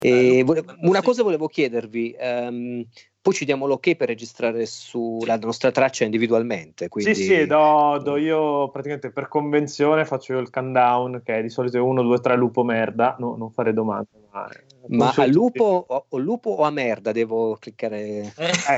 Una cosa volevo chiedervi, poi ci diamo l'ok per registrare sulla nostra traccia individualmente, quindi... Sì, do io praticamente per convenzione faccio io il countdown, che di solito è 1, 2, 3 lupo merda, no, non fare domande. Ma a lupo o a merda devo cliccare?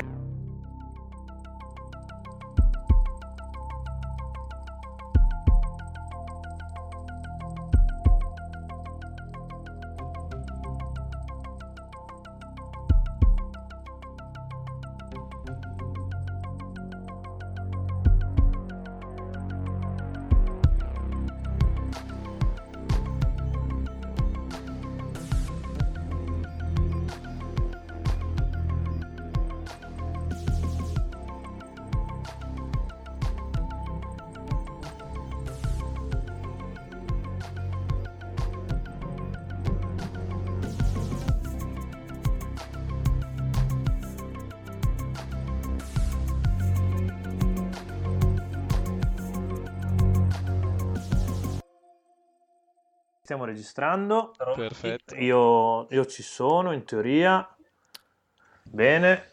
Stiamo registrando. Perfetto. Io ci sono in teoria. Bene.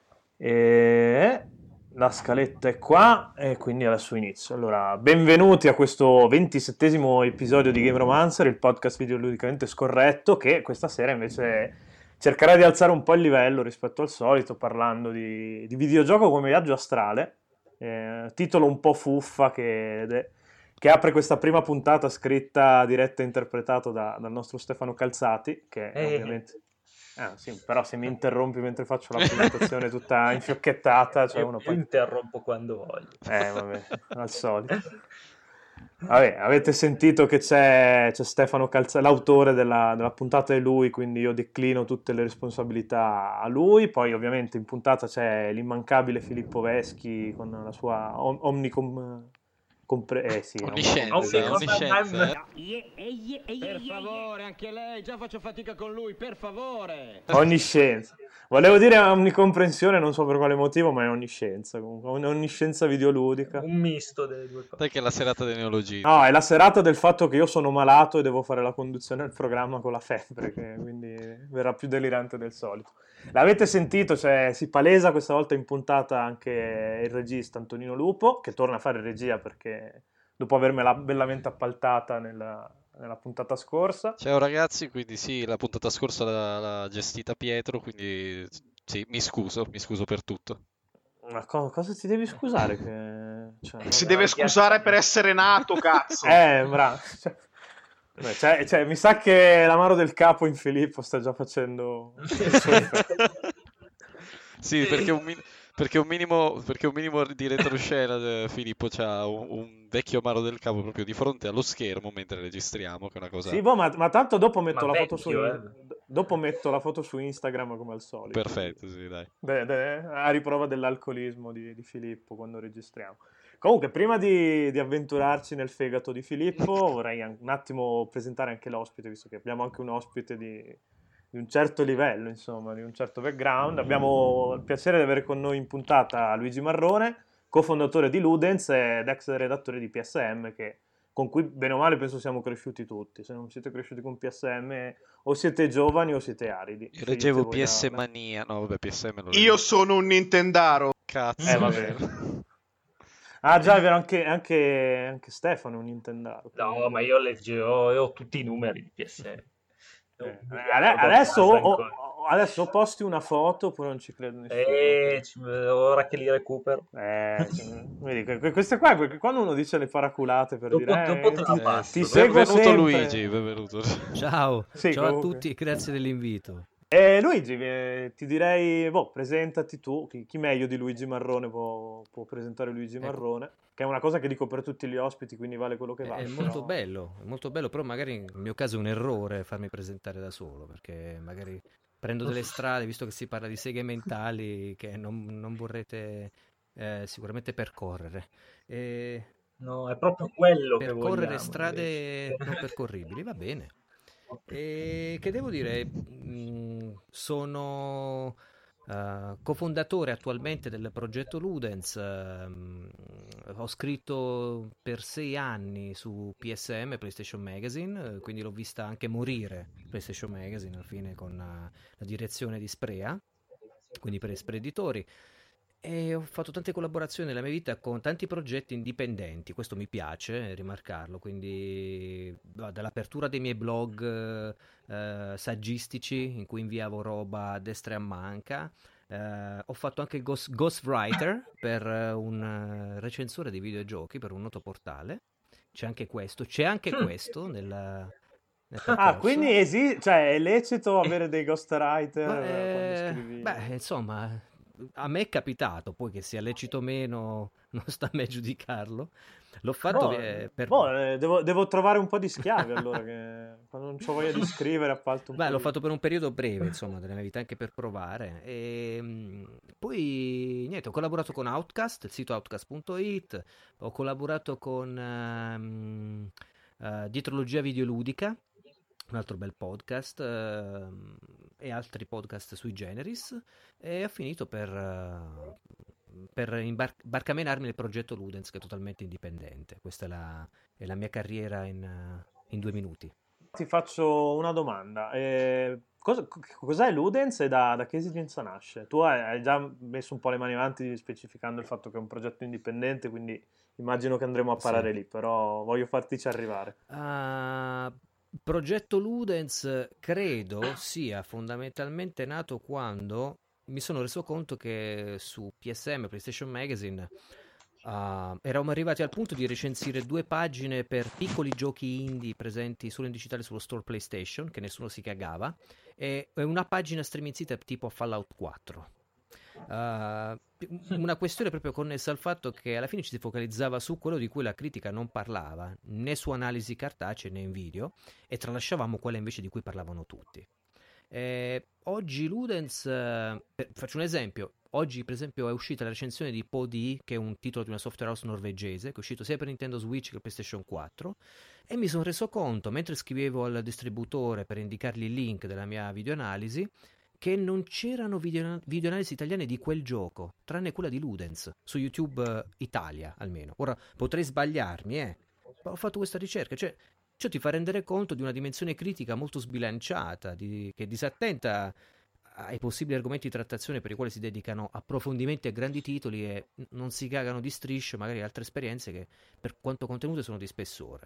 E la scaletta è qua e quindi adesso inizio. Allora, benvenuti a questo 27esimo episodio di Game Romancer, il podcast videoludicamente scorretto, che questa sera invece cercherà di alzare un po' il livello rispetto al solito, parlando di videogioco come Viaggio Astrale, titolo un po' fuffa che apre questa prima puntata scritta, diretta e interpretato dal nostro Stefano Calzati, che ovviamente... sì, però se mi interrompi mentre faccio la presentazione tutta infiocchettata, cioè uno poi... interrompo quando voglio. Vabbè, al solito. Vabbè, avete sentito che c'è Stefano Calzati, l'autore della puntata è lui, quindi io declino tutte le responsabilità a lui. Poi ovviamente in puntata c'è l'immancabile Filippo Veschi con la sua onniscienza. Per favore, anche lei, già faccio fatica con lui, per favore. Onniscienza. Volevo dire omnicomprensione, non so per quale motivo, ma è onniscienza. Comunque, onniscienza videoludica. Un misto delle due cose. Sai che è la serata dei neologismi. No, è la serata del fatto che io sono malato e devo fare la conduzione del programma con la febbre, che quindi verrà più delirante del solito. L'avete sentito, cioè, si palesa questa volta in puntata anche il regista Antonino Lupo, che torna a fare regia perché dopo avermela bellamente appaltata nella puntata scorsa. Ciao ragazzi, quindi sì, la puntata scorsa l'ha gestita Pietro, quindi sì, mi scuso per tutto. Ma cosa ti devi scusare? Si deve scusare per essere nato, cazzo! Bravo. Cioè, mi sa che l'amaro del capo in Filippo sta già facendo il suo effetto. Sì, perché un minimo di retroscena, Filippo c'ha un vecchio amaro del capo proprio di fronte allo schermo mentre registriamo, che è una cosa... Sì, ma tanto dopo metto la foto vecchio, dopo metto la foto su Instagram come al solito. Perfetto, sì, dai. A riprova dell'alcolismo di Filippo quando registriamo. Comunque, prima di avventurarci nel fegato di Filippo, vorrei un attimo presentare anche l'ospite, visto che abbiamo anche un ospite di un certo livello, insomma, di un certo background. Abbiamo il piacere di avere con noi in puntata Luigi Marrone, cofondatore di Ludens ed ex redattore di PSM, con cui bene o male penso siamo cresciuti tutti. Se non siete cresciuti con PSM o siete giovani o siete aridi. Io leggevo PS Mania, no vabbè, PSM lo Io sono un Nintendaro. Cazzo. Vabbè. Ah già, è vero, anche Stefano è un Nintendaro. No, ma io ho tutti i numeri di PSM. Adesso posti una foto oppure non ci credo nessuno. Ora che li recupero. Vedi, queste qua, perché quando uno dice le paraculate per Dopo te la passo. ti seguo benvenuto sempre. Luigi, benvenuto. Ciao, Sì, ciao a comunque. tutti e grazie dell'invito. Luigi, ti direi, presentati tu, chi meglio di Luigi Marrone può presentare Luigi Marrone, che è una cosa che dico per tutti gli ospiti, quindi vale quello che vale. È molto bello, però magari nel mio caso è un errore farmi presentare da solo, perché magari prendo delle strade, visto che si parla di seghe mentali, che non vorrete sicuramente percorrere. No, è proprio quello che vogliamo. Percorrere strade non percorribili, va bene. E che devo dire, sono cofondatore attualmente del progetto Ludens. Ho scritto per 6 anni su PSM, PlayStation Magazine, quindi l'ho vista anche morire PlayStation Magazine alla fine con la direzione di Sprea, quindi per Espreditori. E ho fatto tante collaborazioni nella mia vita con tanti progetti indipendenti, questo mi piace rimarcarlo, quindi dall'apertura dei miei blog saggistici in cui inviavo roba a destra e a manca. Ho fatto anche il ghostwriter per un recensore di videogiochi per un noto portale. C'è anche questo nel percorso. Quindi cioè, è lecito avere dei ghostwriter quando scrivi? Beh, insomma, a me è capitato, poi che sia lecito o meno, non sta a me giudicarlo. L'ho fatto devo trovare un po' di schiavi allora, che quando non c'ho voglia di scrivere appalto un po'. L'ho fatto per un periodo breve, insomma, della mia vita, anche per provare. E poi, niente, ho collaborato con Outcast, il sito outcast.it, ho collaborato con Dietrologia Videoludica, un altro bel podcast, e altri podcast sui generis, e ho finito per barcamenarmi nel progetto Ludens, che è totalmente indipendente. Questa è la mia carriera in 2 minuti. Ti faccio una domanda. Cos'è Ludens e da che esigenza nasce? Tu hai già messo un po' le mani avanti specificando il fatto che è un progetto indipendente, quindi immagino che andremo a parare lì, però voglio fartici arrivare. Progetto Ludens credo sia fondamentalmente nato quando mi sono reso conto che su PSM, PlayStation Magazine, eravamo arrivati al punto di recensire 2 pagine per piccoli giochi indie presenti solo in digitale sullo store PlayStation, che nessuno si cagava, e una pagina streaming sita tipo Fallout 4. Una questione proprio connessa al fatto che alla fine ci si focalizzava su quello di cui la critica non parlava, né su analisi cartacee né in video, e tralasciavamo quella invece di cui parlavano tutti. Oggi Ludens, faccio un esempio, oggi per esempio è uscita la recensione di Podi, che è un titolo di una software house norvegese, che è uscito sia per Nintendo Switch che PlayStation 4, e mi sono reso conto, mentre scrivevo al distributore per indicargli il link della mia videoanalisi, che non c'erano videoanalisi italiane di quel gioco, tranne quella di Ludens, su YouTube Italia almeno. Ora potrei sbagliarmi, ma ho fatto questa ricerca, cioè ciò ti fa rendere conto di una dimensione critica molto sbilanciata, che disattenta ai possibili argomenti di trattazione per i quali si dedicano approfondimenti a grandi titoli e non si cagano di strisce magari altre esperienze che per quanto contenute sono di spessore.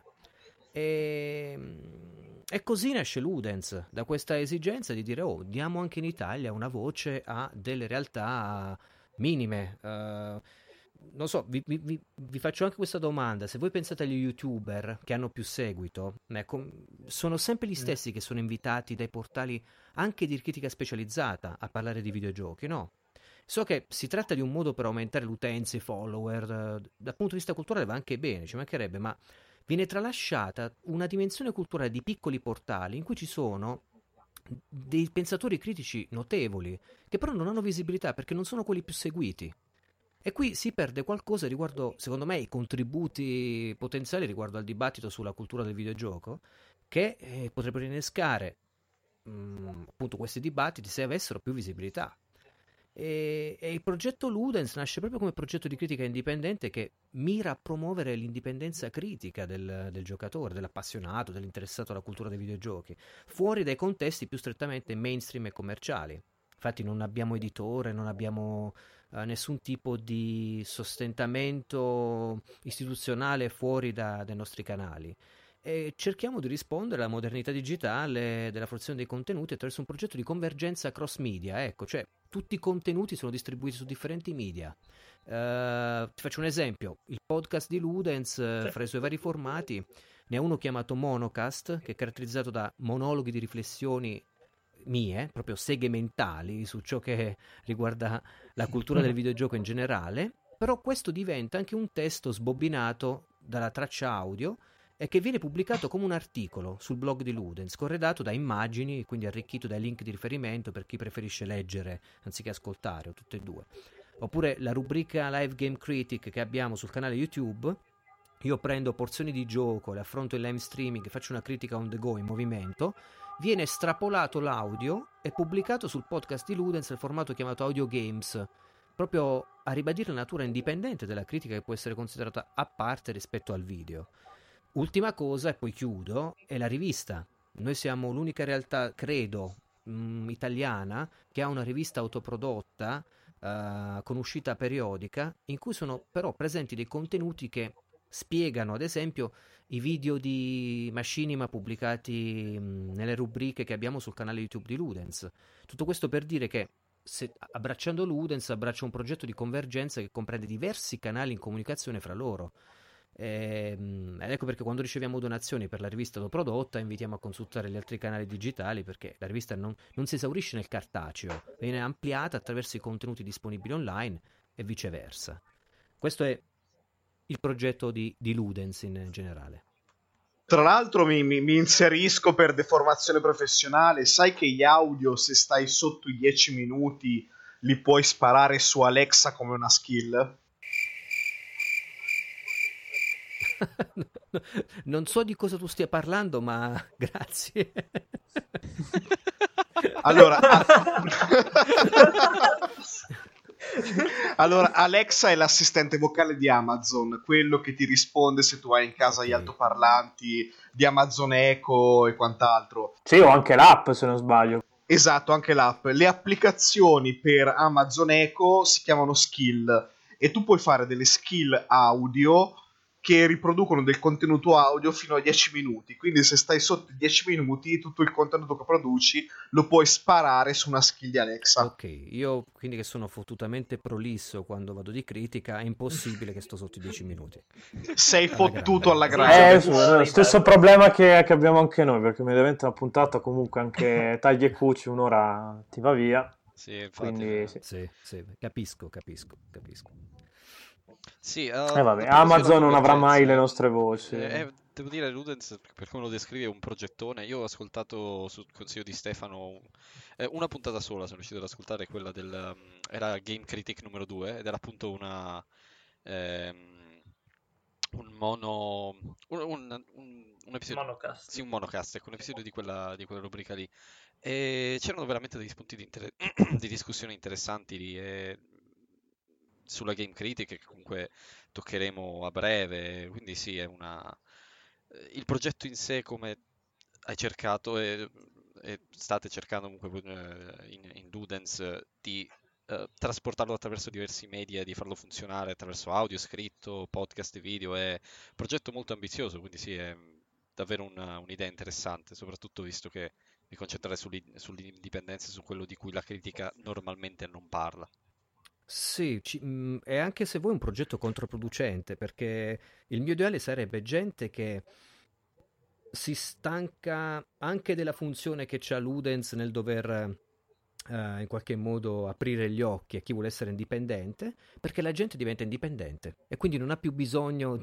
E così nasce Ludens, da questa esigenza di dire diamo anche in Italia una voce a delle realtà minime. Non so, vi faccio anche questa domanda: se voi pensate agli YouTuber che hanno più seguito, sono sempre gli stessi che sono invitati dai portali anche di critica specializzata a parlare di videogiochi, no? So che si tratta di un modo per aumentare l'utenza, i follower, dal punto di vista culturale va anche bene, ci mancherebbe, ma viene tralasciata una dimensione culturale di piccoli portali in cui ci sono dei pensatori critici notevoli, che però non hanno visibilità perché non sono quelli più seguiti. E qui si perde qualcosa riguardo, secondo me, i contributi potenziali riguardo al dibattito sulla cultura del videogioco, che potrebbero innescare appunto questi dibattiti se avessero più visibilità. E il progetto Ludens nasce proprio come progetto di critica indipendente che mira a promuovere l'indipendenza critica del giocatore, dell'appassionato, dell'interessato alla cultura dei videogiochi, fuori dai contesti più strettamente mainstream e commerciali. Infatti non abbiamo editore, non abbiamo nessun tipo di sostentamento istituzionale fuori dai nostri canali. E cerchiamo di rispondere alla modernità digitale della fruizione dei contenuti attraverso un progetto di convergenza cross media, ecco, cioè tutti i contenuti sono distribuiti su differenti media. Ti faccio un esempio: il podcast di Ludens, fra i suoi vari formati, ne ha uno chiamato Monocast, che è caratterizzato da monologhi di riflessioni mie, proprio seghe mentali su ciò che riguarda la cultura del videogioco in generale, però questo diventa anche un testo sbobbinato dalla traccia audio e che viene pubblicato come un articolo sul blog di Ludens, corredato da immagini, quindi arricchito dai link di riferimento per chi preferisce leggere anziché ascoltare, o tutte e due. Oppure la rubrica Live Game Critic che abbiamo sul canale YouTube, io prendo porzioni di gioco, le affronto in live streaming, faccio una critica on the go in movimento, viene estrapolato l'audio e pubblicato sul podcast di Ludens nel formato chiamato Audio Games, proprio a ribadire la natura indipendente della critica che può essere considerata a parte rispetto al video. Ultima cosa, e poi chiudo, è la rivista. Noi siamo l'unica realtà, credo, italiana che ha una rivista autoprodotta con uscita periodica, in cui sono però presenti dei contenuti che spiegano, ad esempio, i video di Machinima pubblicati nelle rubriche che abbiamo sul canale YouTube di Ludens. Tutto questo per dire che se abbracciando Ludens abbraccia un progetto di convergenza che comprende diversi canali in comunicazione fra loro. Ed ecco perché quando riceviamo donazioni per la rivista autoprodotta invitiamo a consultare gli altri canali digitali, perché la rivista non si esaurisce nel cartaceo, viene ampliata attraverso i contenuti disponibili online e viceversa. Questo è il progetto di Ludens in generale. Tra l'altro mi inserisco per deformazione professionale. Sai che gli audio, se stai sotto i 10 minuti, li puoi sparare su Alexa come una skill? Non so di cosa tu stia parlando, ma grazie. Allora, Alexa è l'assistente vocale di Amazon, quello che ti risponde se tu hai in casa gli altoparlanti di Amazon Echo e quant'altro. Sì, o anche l'app, se non sbaglio. Esatto, anche l'app. Le applicazioni per Amazon Echo si chiamano skill e tu puoi fare delle skill audio che riproducono del contenuto audio fino a 10 minuti. Quindi se stai sotto i 10 minuti, tutto il contenuto che produci lo puoi sparare su una skill di Alexa. Ok, io quindi che sono fottutamente prolisso quando vado di critica, è impossibile che sto sotto i 10 minuti. Sei fottuto alla grande. È lo stesso problema che abbiamo anche noi, perché mediamente una puntata comunque anche tagli e cuci, un'ora ti va via. Sì, infatti. Quindi, sì, capisco. Sì, vabbè, Amazon non avrà mai le nostre voci. Devo dire, Ludens, per come lo descrive, è un progettone. Io ho ascoltato sul consiglio di Stefano una puntata sola, sono riuscito ad ascoltare quella era Game Critic numero 2 ed era appunto un episodio, Monocast. sì, un monocast, ecco, un episodio di quella rubrica lì. E c'erano veramente degli spunti di discussione interessanti sulla Game Critic che comunque toccheremo a breve, quindi sì, il progetto in sé, come hai cercato e state cercando comunque in Ludens di trasportarlo attraverso diversi media e di farlo funzionare attraverso audio, scritto, podcast e video, è un progetto molto ambizioso, quindi sì, è davvero un'idea interessante, soprattutto visto che vi concentrate sull'indipendenza, su quello di cui la critica normalmente non parla. Sì, e anche se vuoi un progetto controproducente, perché il mio ideale sarebbe gente che si stanca anche della funzione che c'ha Ludens nel dover in qualche modo aprire gli occhi a chi vuole essere indipendente, perché la gente diventa indipendente e quindi non ha più bisogno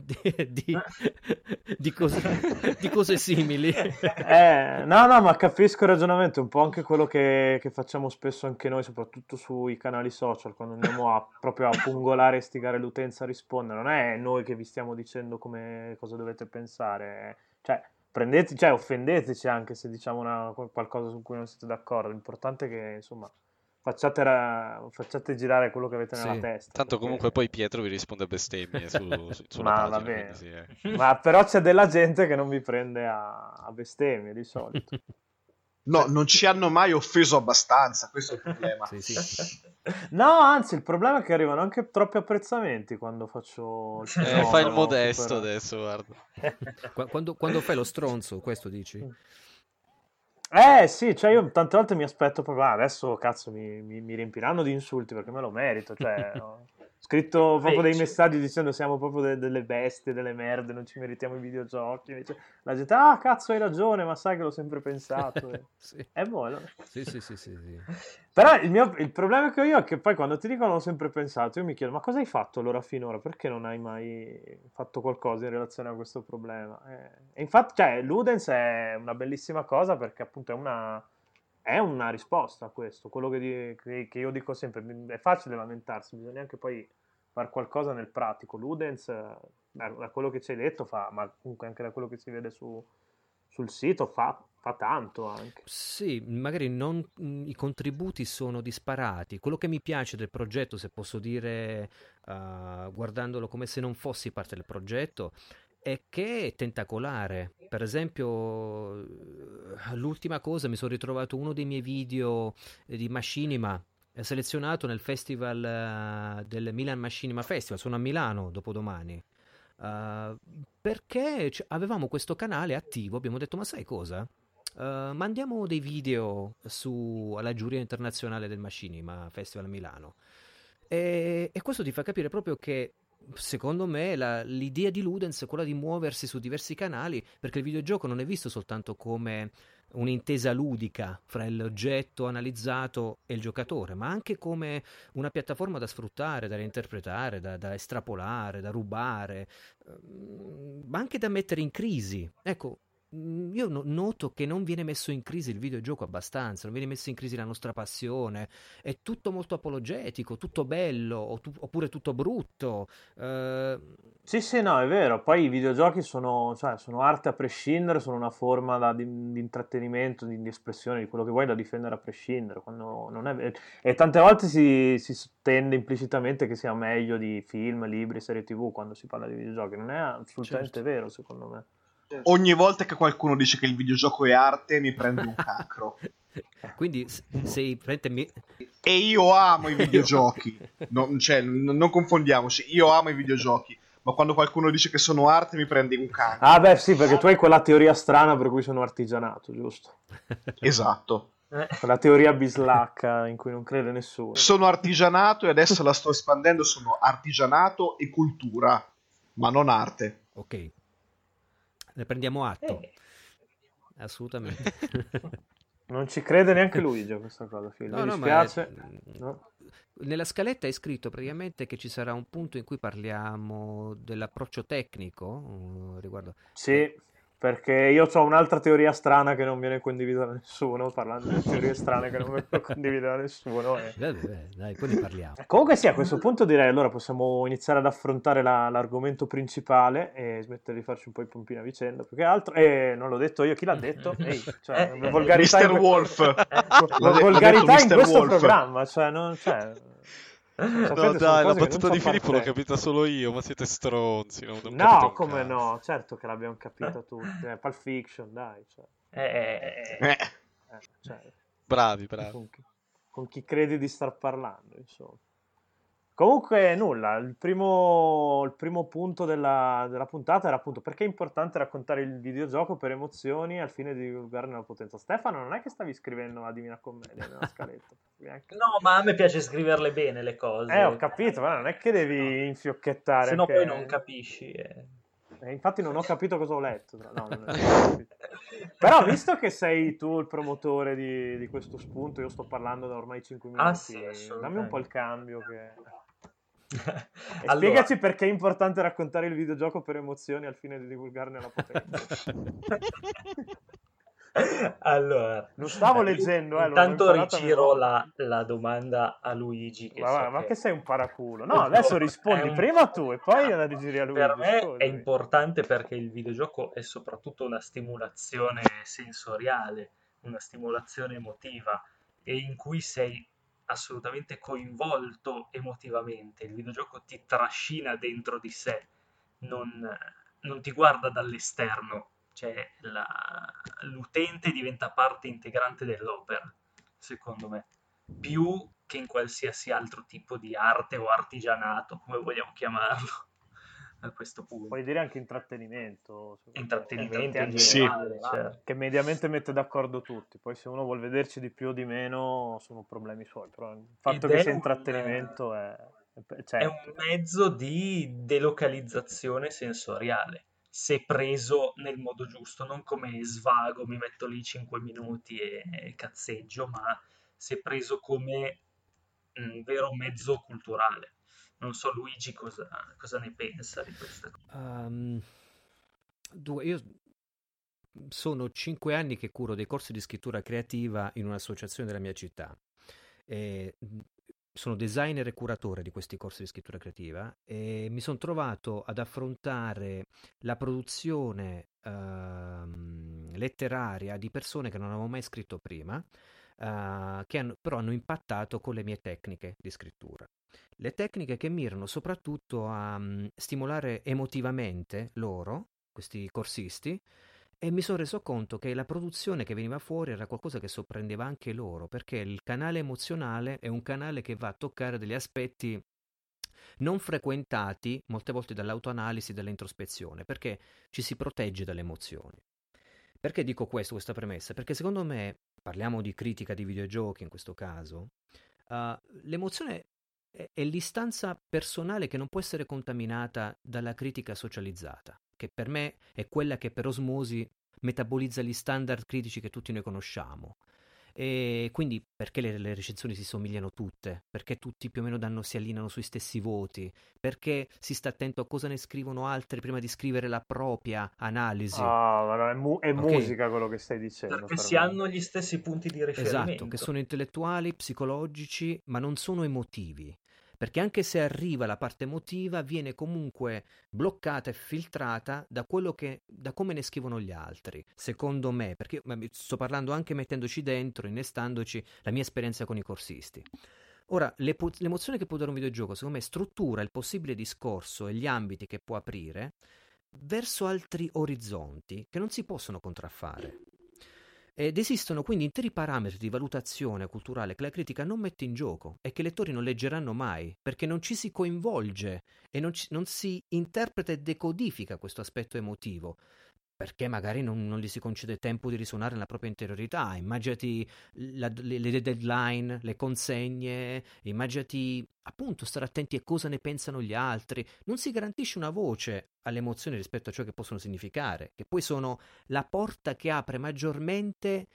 di cose simili. No, ma capisco il ragionamento, un po' anche quello che facciamo spesso anche noi, soprattutto sui canali social, quando andiamo proprio a pungolare e stigare l'utenza a rispondere. Non è noi che vi stiamo dicendo cosa dovete pensare, cioè offendeteci anche se diciamo qualcosa su cui non siete d'accordo. L'importante è che insomma facciate girare quello che avete nella testa. Tanto perché... comunque poi Pietro vi risponde a bestemmie sulla ma pagina. va bene. Sì, ma però c'è della gente che non vi prende a bestemmie di solito. No, non ci hanno mai offeso abbastanza, questo è il problema. Sì. No, anzi, il problema è che arrivano anche troppi apprezzamenti quando faccio il fenomeno, fai il modesto adesso, guarda. Quando fai lo stronzo, questo dici? Sì, cioè io tante volte mi aspetto proprio, adesso cazzo mi riempiranno di insulti perché me lo merito, cioè ho scritto proprio dei messaggi dicendo siamo proprio delle bestie, delle merde, non ci meritiamo i videogiochi, invece la gente, cazzo hai ragione, ma sai che l'ho sempre pensato, Sì. È buono. Sì. Però il problema che ho io è che poi quando ti dicono l'ho sempre pensato, io mi chiedo, ma cosa hai fatto allora finora? Perché non hai mai fatto qualcosa in relazione a questo problema? E infatti, cioè, Ludens è una bellissima cosa perché appunto è una risposta a questo. Quello che io dico sempre, è facile lamentarsi, bisogna anche poi fare qualcosa nel pratico. Ludens, da quello che ci hai detto, ma comunque anche da quello che si vede sul sito, fa fa tanto anche. Sì, magari non i contributi sono disparati. Quello che mi piace del progetto, se posso dire, guardandolo come se non fossi parte del progetto, è che è tentacolare. Per esempio, l'ultima cosa, mi sono ritrovato uno dei miei video di Machinima selezionato nel festival del Milan Machinima Festival. Sono a Milano dopodomani. Perché avevamo questo canale attivo, abbiamo detto, ma sai cosa? Mandiamo dei video alla giuria internazionale del Machinima Festival a Milano. E questo ti fa capire proprio che, secondo me, l'idea di Ludens è quella di muoversi su diversi canali, perché il videogioco non è visto soltanto come un'intesa ludica fra l'oggetto analizzato e il giocatore, ma anche come una piattaforma da sfruttare, da reinterpretare, da estrapolare, da rubare, ma anche da mettere in crisi. Ecco, io noto che non viene messo in crisi il videogioco abbastanza, non viene messo in crisi la nostra passione, è tutto molto apologetico, tutto bello, oppure tutto brutto. Sì, no, è vero. Poi i videogiochi sono arte a prescindere, sono una forma di intrattenimento, di espressione di quello che vuoi da difendere a prescindere. Quando non è... E tante volte si sottende implicitamente che sia meglio di film, libri, serie TV quando si parla di videogiochi. Non è assolutamente vero, secondo me. Ogni volta che qualcuno dice che il videogioco è arte mi prende un cancro. Quindi sei E io amo i videogiochi. Non confondiamoci, io amo i videogiochi. Ma quando qualcuno dice che sono arte mi prende un cancro. Ah beh sì, perché tu hai quella teoria strana per cui sono artigianato, giusto? Esatto. Quella teoria bislacca in cui non crede nessuno. Sono artigianato e adesso la sto espandendo, sono artigianato e cultura, ma non arte. Ok, ne prendiamo atto. Assolutamente. Non ci crede neanche Luigi a questa cosa, Phil. Mi dispiace. No? Nella scaletta è scritto praticamente che ci sarà un punto in cui parliamo dell'approccio tecnico riguardo. Sì, perché io ho un'altra teoria strana che non viene condivisa da nessuno, parlando di teorie strane che non vengono condivise da nessuno. Dai, poi ne parliamo. Comunque sì, a questo punto direi allora possiamo iniziare ad affrontare l'argomento principale e smettere di farci un po' i pompini a vicenda, più che altro. Non l'ho detto io, chi l'ha detto? Volgarità Mr. Wolf. Volgarità in questo programma, cioè non c'è... No dai, la battuta di Filippo l'ho capita solo io, ma siete stronzi. No, come no, certo che l'abbiamo capita tutti. Pulp Fiction, dai. Bravi. Con chi credi di star parlando, insomma. Comunque nulla, il primo punto della puntata era appunto perché è importante raccontare il videogioco per emozioni al fine di divulgarne la potenza. Stefano, non è che stavi scrivendo la Divina Commedia nella scaletta? No, ma a me piace scriverle bene le cose. Ho capito, ma non è che devi infiocchettare. Se no poi non capisci. Infatti non ho capito cosa ho letto. No, non ho capito. Però visto che sei tu il promotore di questo spunto, io sto parlando da ormai 5 minuti, sì, dammi un po' il cambio che... Allora, spiegaci perché è importante raccontare il videogioco per emozioni al fine di divulgarne la potenza. Allora, non stavo leggendo, intanto rigiro la domanda a Luigi. Ma che sei un paraculo? No, adesso rispondi prima tu e poi la rigiri a Luigi. Per me è importante perché il videogioco è soprattutto una stimolazione sensoriale, una stimolazione emotiva e in cui sei assolutamente coinvolto emotivamente. Il videogioco ti trascina dentro di sé, non ti guarda dall'esterno, cioè l'utente diventa parte integrante dell'opera, secondo me, più che in qualsiasi altro tipo di arte o artigianato, come vogliamo chiamarlo a questo punto. Puoi dire anche intrattenimento in generale, certo. Che mediamente mette d'accordo tutti, poi se uno vuol vederci di più o di meno sono problemi suoi, però il fatto che sia intrattenimento è un mezzo di delocalizzazione sensoriale, se preso nel modo giusto, non come svago, mi metto lì 5 minuti e cazzeggio, ma se preso come un vero mezzo culturale. Non so Luigi cosa ne pensa di questa cosa. Io sono 5 anni che curo dei corsi di scrittura creativa in un'associazione della mia città. sono designer e curatore di questi corsi di scrittura creativa e mi sono trovato ad affrontare la produzione letteraria di persone che non avevo mai scritto prima, però hanno impattato con le mie tecniche di scrittura. Le tecniche che mirano soprattutto a stimolare emotivamente loro, questi corsisti, e mi sono reso conto che la produzione che veniva fuori era qualcosa che sorprendeva anche loro, perché il canale emozionale è un canale che va a toccare degli aspetti non frequentati molte volte dall'autoanalisi e dall'introspezione, perché ci si protegge dalle emozioni. Perché dico questo, questa premessa? Perché secondo me, parliamo di critica di videogiochi in questo caso, l'emozione è l'istanza personale che non può essere contaminata dalla critica socializzata, che per me è quella che per osmosi metabolizza gli standard critici che tutti noi conosciamo. E quindi perché le recensioni si somigliano tutte? Perché tutti più o meno si allineano sui stessi voti? Perché si sta attento a cosa ne scrivono altri prima di scrivere la propria analisi? Ma è Ok? musica quello che stai dicendo Perché per si me. hanno gli stessi punti di Esatto, che riferimento. sono intellettuali, psicologici, ma non sono emotivi. Perché anche se arriva la parte emotiva, viene comunque bloccata e filtrata da come ne scrivono gli altri, secondo me, perché sto parlando anche mettendoci dentro, innestandoci la mia esperienza con i corsisti. Ora, l'emozione che può dare un videogioco, secondo me, struttura il possibile discorso e gli ambiti che può aprire verso altri orizzonti che non si possono contraffare. Ed esistono quindi interi parametri di valutazione culturale che la critica non mette in gioco e che i lettori non leggeranno mai, perché non ci si coinvolge e non si interpreta e decodifica questo aspetto emotivo, perché magari non gli si concede tempo di risuonare nella propria interiorità. Immaginati le deadline, le consegne, immaginati appunto stare attenti a cosa ne pensano gli altri. Non si garantisce una voce alle emozioni rispetto a ciò che possono significare, che poi sono la porta che apre maggiormente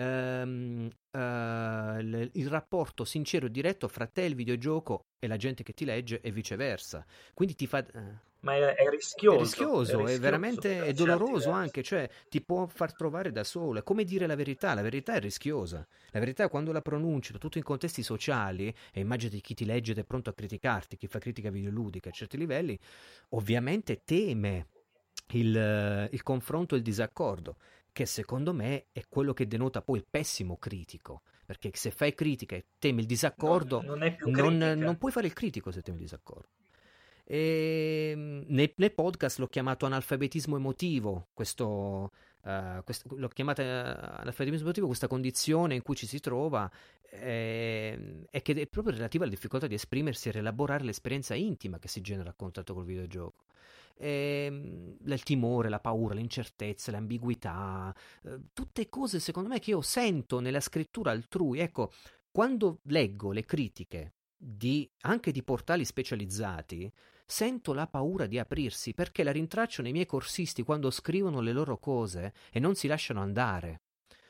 il rapporto sincero e diretto fra te, il videogioco e la gente che ti legge e viceversa. Quindi ti fa... Ma è È rischioso, rischioso, è veramente per è certi doloroso versi. anche, cioè ti può far trovare da solo. È come dire la verità è rischiosa. La verità quando la pronunci, soprattutto in contesti sociali, e immaginati chi ti legge ed è pronto a criticarti, chi fa critica videoludica a certi livelli, ovviamente teme il confronto e il disaccordo, che secondo me è quello che denota poi il pessimo critico. Perché se fai critica e temi il disaccordo, Non è più non critica. puoi fare il critico se temi il disaccordo. E nel podcast l'ho chiamato analfabetismo emotivo, l'ho chiamata analfabetismo emotivo, questa condizione in cui ci si trova, e che è proprio relativa alla difficoltà di esprimersi e rielaborare l'esperienza intima che si genera a contatto col videogioco. Il timore, la paura, l'incertezza, l'ambiguità, tutte cose secondo me che io sento nella scrittura altrui. Ecco, quando leggo le critiche anche di portali specializzati, sento la paura di aprirsi perché la rintraccio nei miei corsisti quando scrivono le loro cose e non si lasciano andare.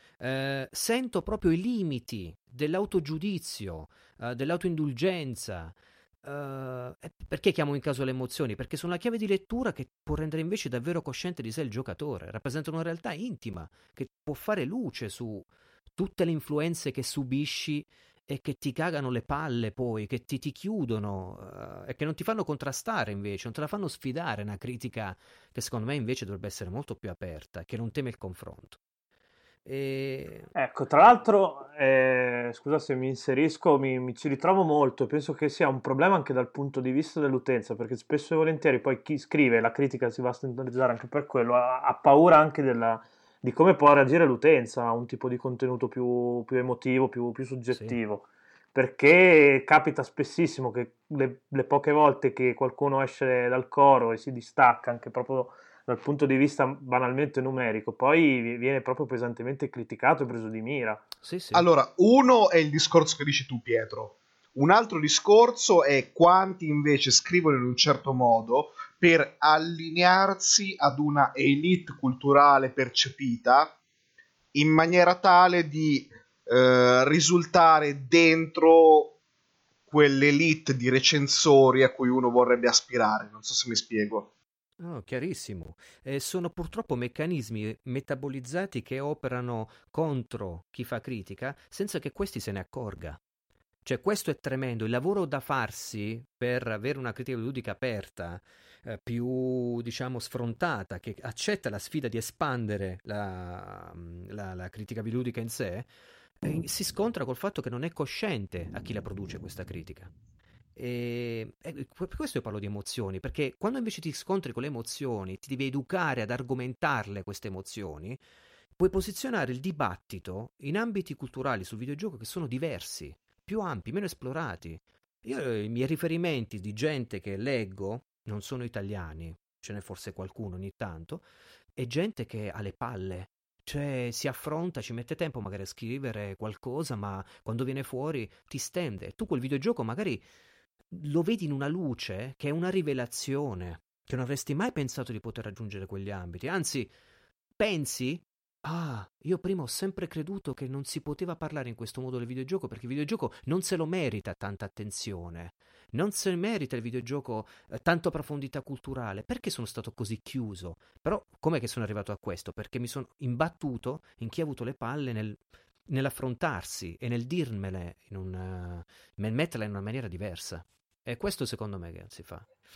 Sento proprio i limiti dell'autogiudizio, dell'autoindulgenza. Perché chiamo in caso le emozioni? Perché sono la chiave di lettura che può rendere invece davvero cosciente di sé il giocatore. Rappresentano una realtà intima che può fare luce su tutte le influenze che subisci e che ti cagano le palle poi, che ti chiudono e che non ti fanno contrastare invece, non te la fanno sfidare, una critica che secondo me invece dovrebbe essere molto più aperta, che non teme il confronto. Ecco, tra l'altro, scusa se mi inserisco, mi ci ritrovo molto, penso che sia un problema anche dal punto di vista dell'utenza, perché spesso e volentieri poi chi scrive la critica si va a standardizzare anche per quello, ha paura anche di come può reagire l'utenza a un tipo di contenuto più emotivo, più Sì. soggettivo, perché capita spessissimo che le poche volte che qualcuno esce dal coro e si distacca anche proprio dal punto di vista banalmente numerico, poi viene proprio pesantemente criticato e preso di mira. Sì, sì. Allora, uno è il discorso che dici tu, Pietro. Un altro discorso è quanti invece scrivono in un certo modo per allinearsi ad una elite culturale percepita in maniera tale di risultare dentro quell'elite di recensori a cui uno vorrebbe aspirare. Non so se mi spiego. Oh, chiarissimo. Sono purtroppo meccanismi metabolizzati che operano contro chi fa critica senza che questi se ne accorga. Cioè, questo è tremendo. Il lavoro da farsi per avere una critica ludica aperta, più, diciamo, sfrontata, che accetta la sfida di espandere la critica ludica in sé, si scontra col fatto che non è cosciente a chi la produce questa critica. E per questo io parlo di emozioni, perché quando invece ti scontri con le emozioni, ti devi educare ad argomentarle queste emozioni, puoi posizionare il dibattito in ambiti culturali sul videogioco che sono diversi, più ampi, meno esplorati. Io i miei riferimenti di gente che leggo non sono italiani, ce n'è forse qualcuno ogni tanto, è gente che ha le palle. Cioè si affronta, ci mette tempo magari a scrivere qualcosa, ma quando viene fuori ti stende. Tu quel videogioco magari lo vedi in una luce che è una rivelazione, che non avresti mai pensato di poter raggiungere quegli ambiti. Anzi, pensi, io prima ho sempre creduto che non si poteva parlare in questo modo del videogioco perché il videogioco non se lo merita tanta attenzione, non se merita il videogioco tanto profondità culturale. Perché sono stato così chiuso? Però com'è che sono arrivato a questo? Perché mi sono imbattuto in chi ha avuto le palle nell'affrontarsi e nel dirmele, nel metterla in una maniera diversa. E questo secondo me che si fa.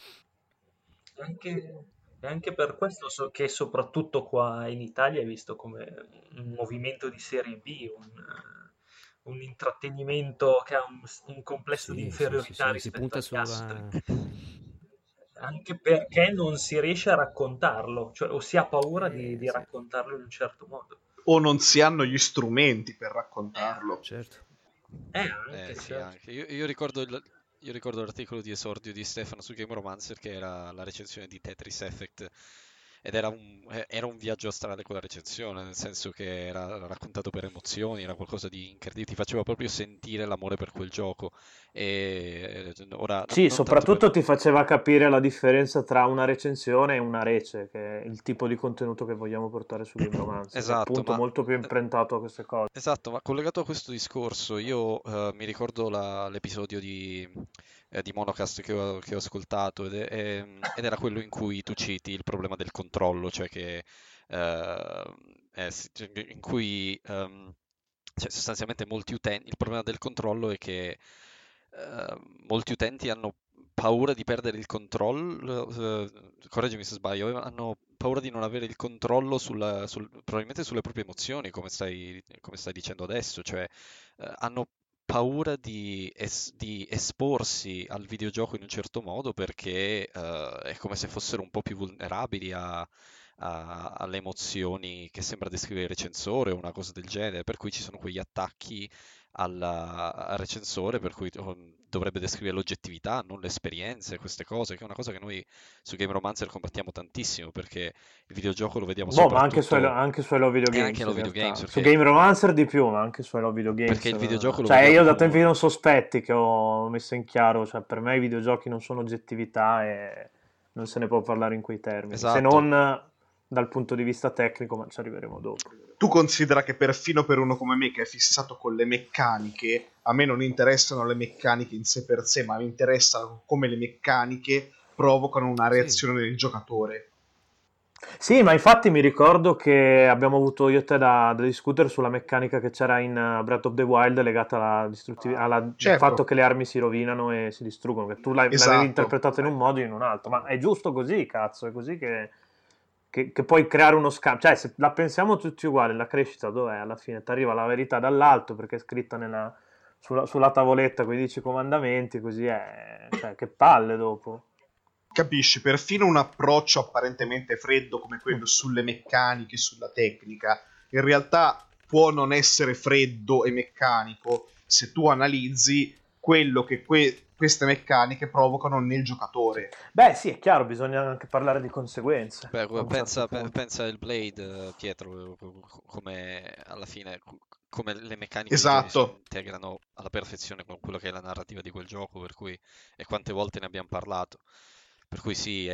E anche per questo che soprattutto qua in Italia è visto come un movimento di serie B, un intrattenimento che ha un complesso di inferiorità Si rispetto punta agli altri, sulla... anche perché non si riesce a raccontarlo, cioè o si ha paura di sì, raccontarlo in un certo modo. O non si hanno gli strumenti per raccontarlo. certo. Anche, Sì, certo. anche. Io ricordo l'articolo di esordio di Stefano su Game Romancer che era la recensione di Tetris Effect ed era un viaggio astrale con la recensione, nel senso che era raccontato per emozioni, era qualcosa di incredibile, ti faceva proprio sentire l'amore per quel gioco. E ora, Sì, non tanto per... soprattutto ti faceva capire la differenza tra una recensione e una rece, che è il tipo di contenuto che vogliamo portare su Game Romancer, che è Esatto, appunto ma molto più improntato a queste cose. Esatto, ma collegato a questo discorso, io mi ricordo l'episodio di Monocast che ho ascoltato ed era quello in cui tu citi il problema del controllo, cioè che cioè, in cui cioè, sostanzialmente il problema del controllo è che molti utenti hanno paura di perdere il controllo, correggimi se sbaglio, hanno paura di non avere il controllo probabilmente sulle proprie emozioni, come stai dicendo adesso, cioè hanno paura di esporsi al videogioco in un certo modo perché è come se fossero un po' più vulnerabili alle emozioni che sembra descrivere il recensore o una cosa del genere, per cui ci sono quegli attacchi al recensore per cui dovrebbe descrivere l'oggettività, non le esperienze, queste cose, che è una cosa che noi su Game Romancer combattiamo tantissimo perché il videogioco lo vediamo Boh, ma anche su soprattutto anche su Hello Video e anche Games allo in videogames realtà. Su perché, Game Romancer di più, ma anche su Hello Video perché Games. il videogioco lo Cioè, io vediamo da tempi come... non sospetti che ho messo in chiaro, cioè per me i videogiochi non sono oggettività e non se ne può parlare in quei termini, se Esatto, non dal punto di vista tecnico, ma ci arriveremo dopo. Tu considera che perfino per uno come me che è fissato con le meccaniche, a me non interessano le meccaniche in sé per sé, ma mi interessano come le meccaniche provocano una Sì. reazione del giocatore. Sì, ma infatti mi ricordo che abbiamo avuto io e te da discutere sulla meccanica che c'era in Breath of the Wild legata al Certo, fatto che le armi si rovinano e si distruggono, che tu l'avevi esatto. interpretato in un modo e in un altro, ma è giusto così, cazzo, è così che puoi creare uno scambio. Cioè, se la pensiamo tutti uguali, la crescita dov'è? Alla fine ti arriva la verità dall'alto perché è scritta sulla tavoletta con i 10 comandamenti, così è... Cioè, che palle dopo. Capisci, perfino un approccio apparentemente freddo come quello sulle meccaniche, sulla tecnica, in realtà può non essere freddo e meccanico se tu analizzi quello che queste meccaniche provocano nel giocatore. Beh, sì, è chiaro, bisogna anche parlare di conseguenze beh, a un certo punto. pensa il Blade, Pietro, come alla fine, come le meccaniche di giochi si Esatto. integrano alla perfezione con quello che è la narrativa di quel gioco, per cui, e quante volte ne abbiamo parlato. Per cui sì,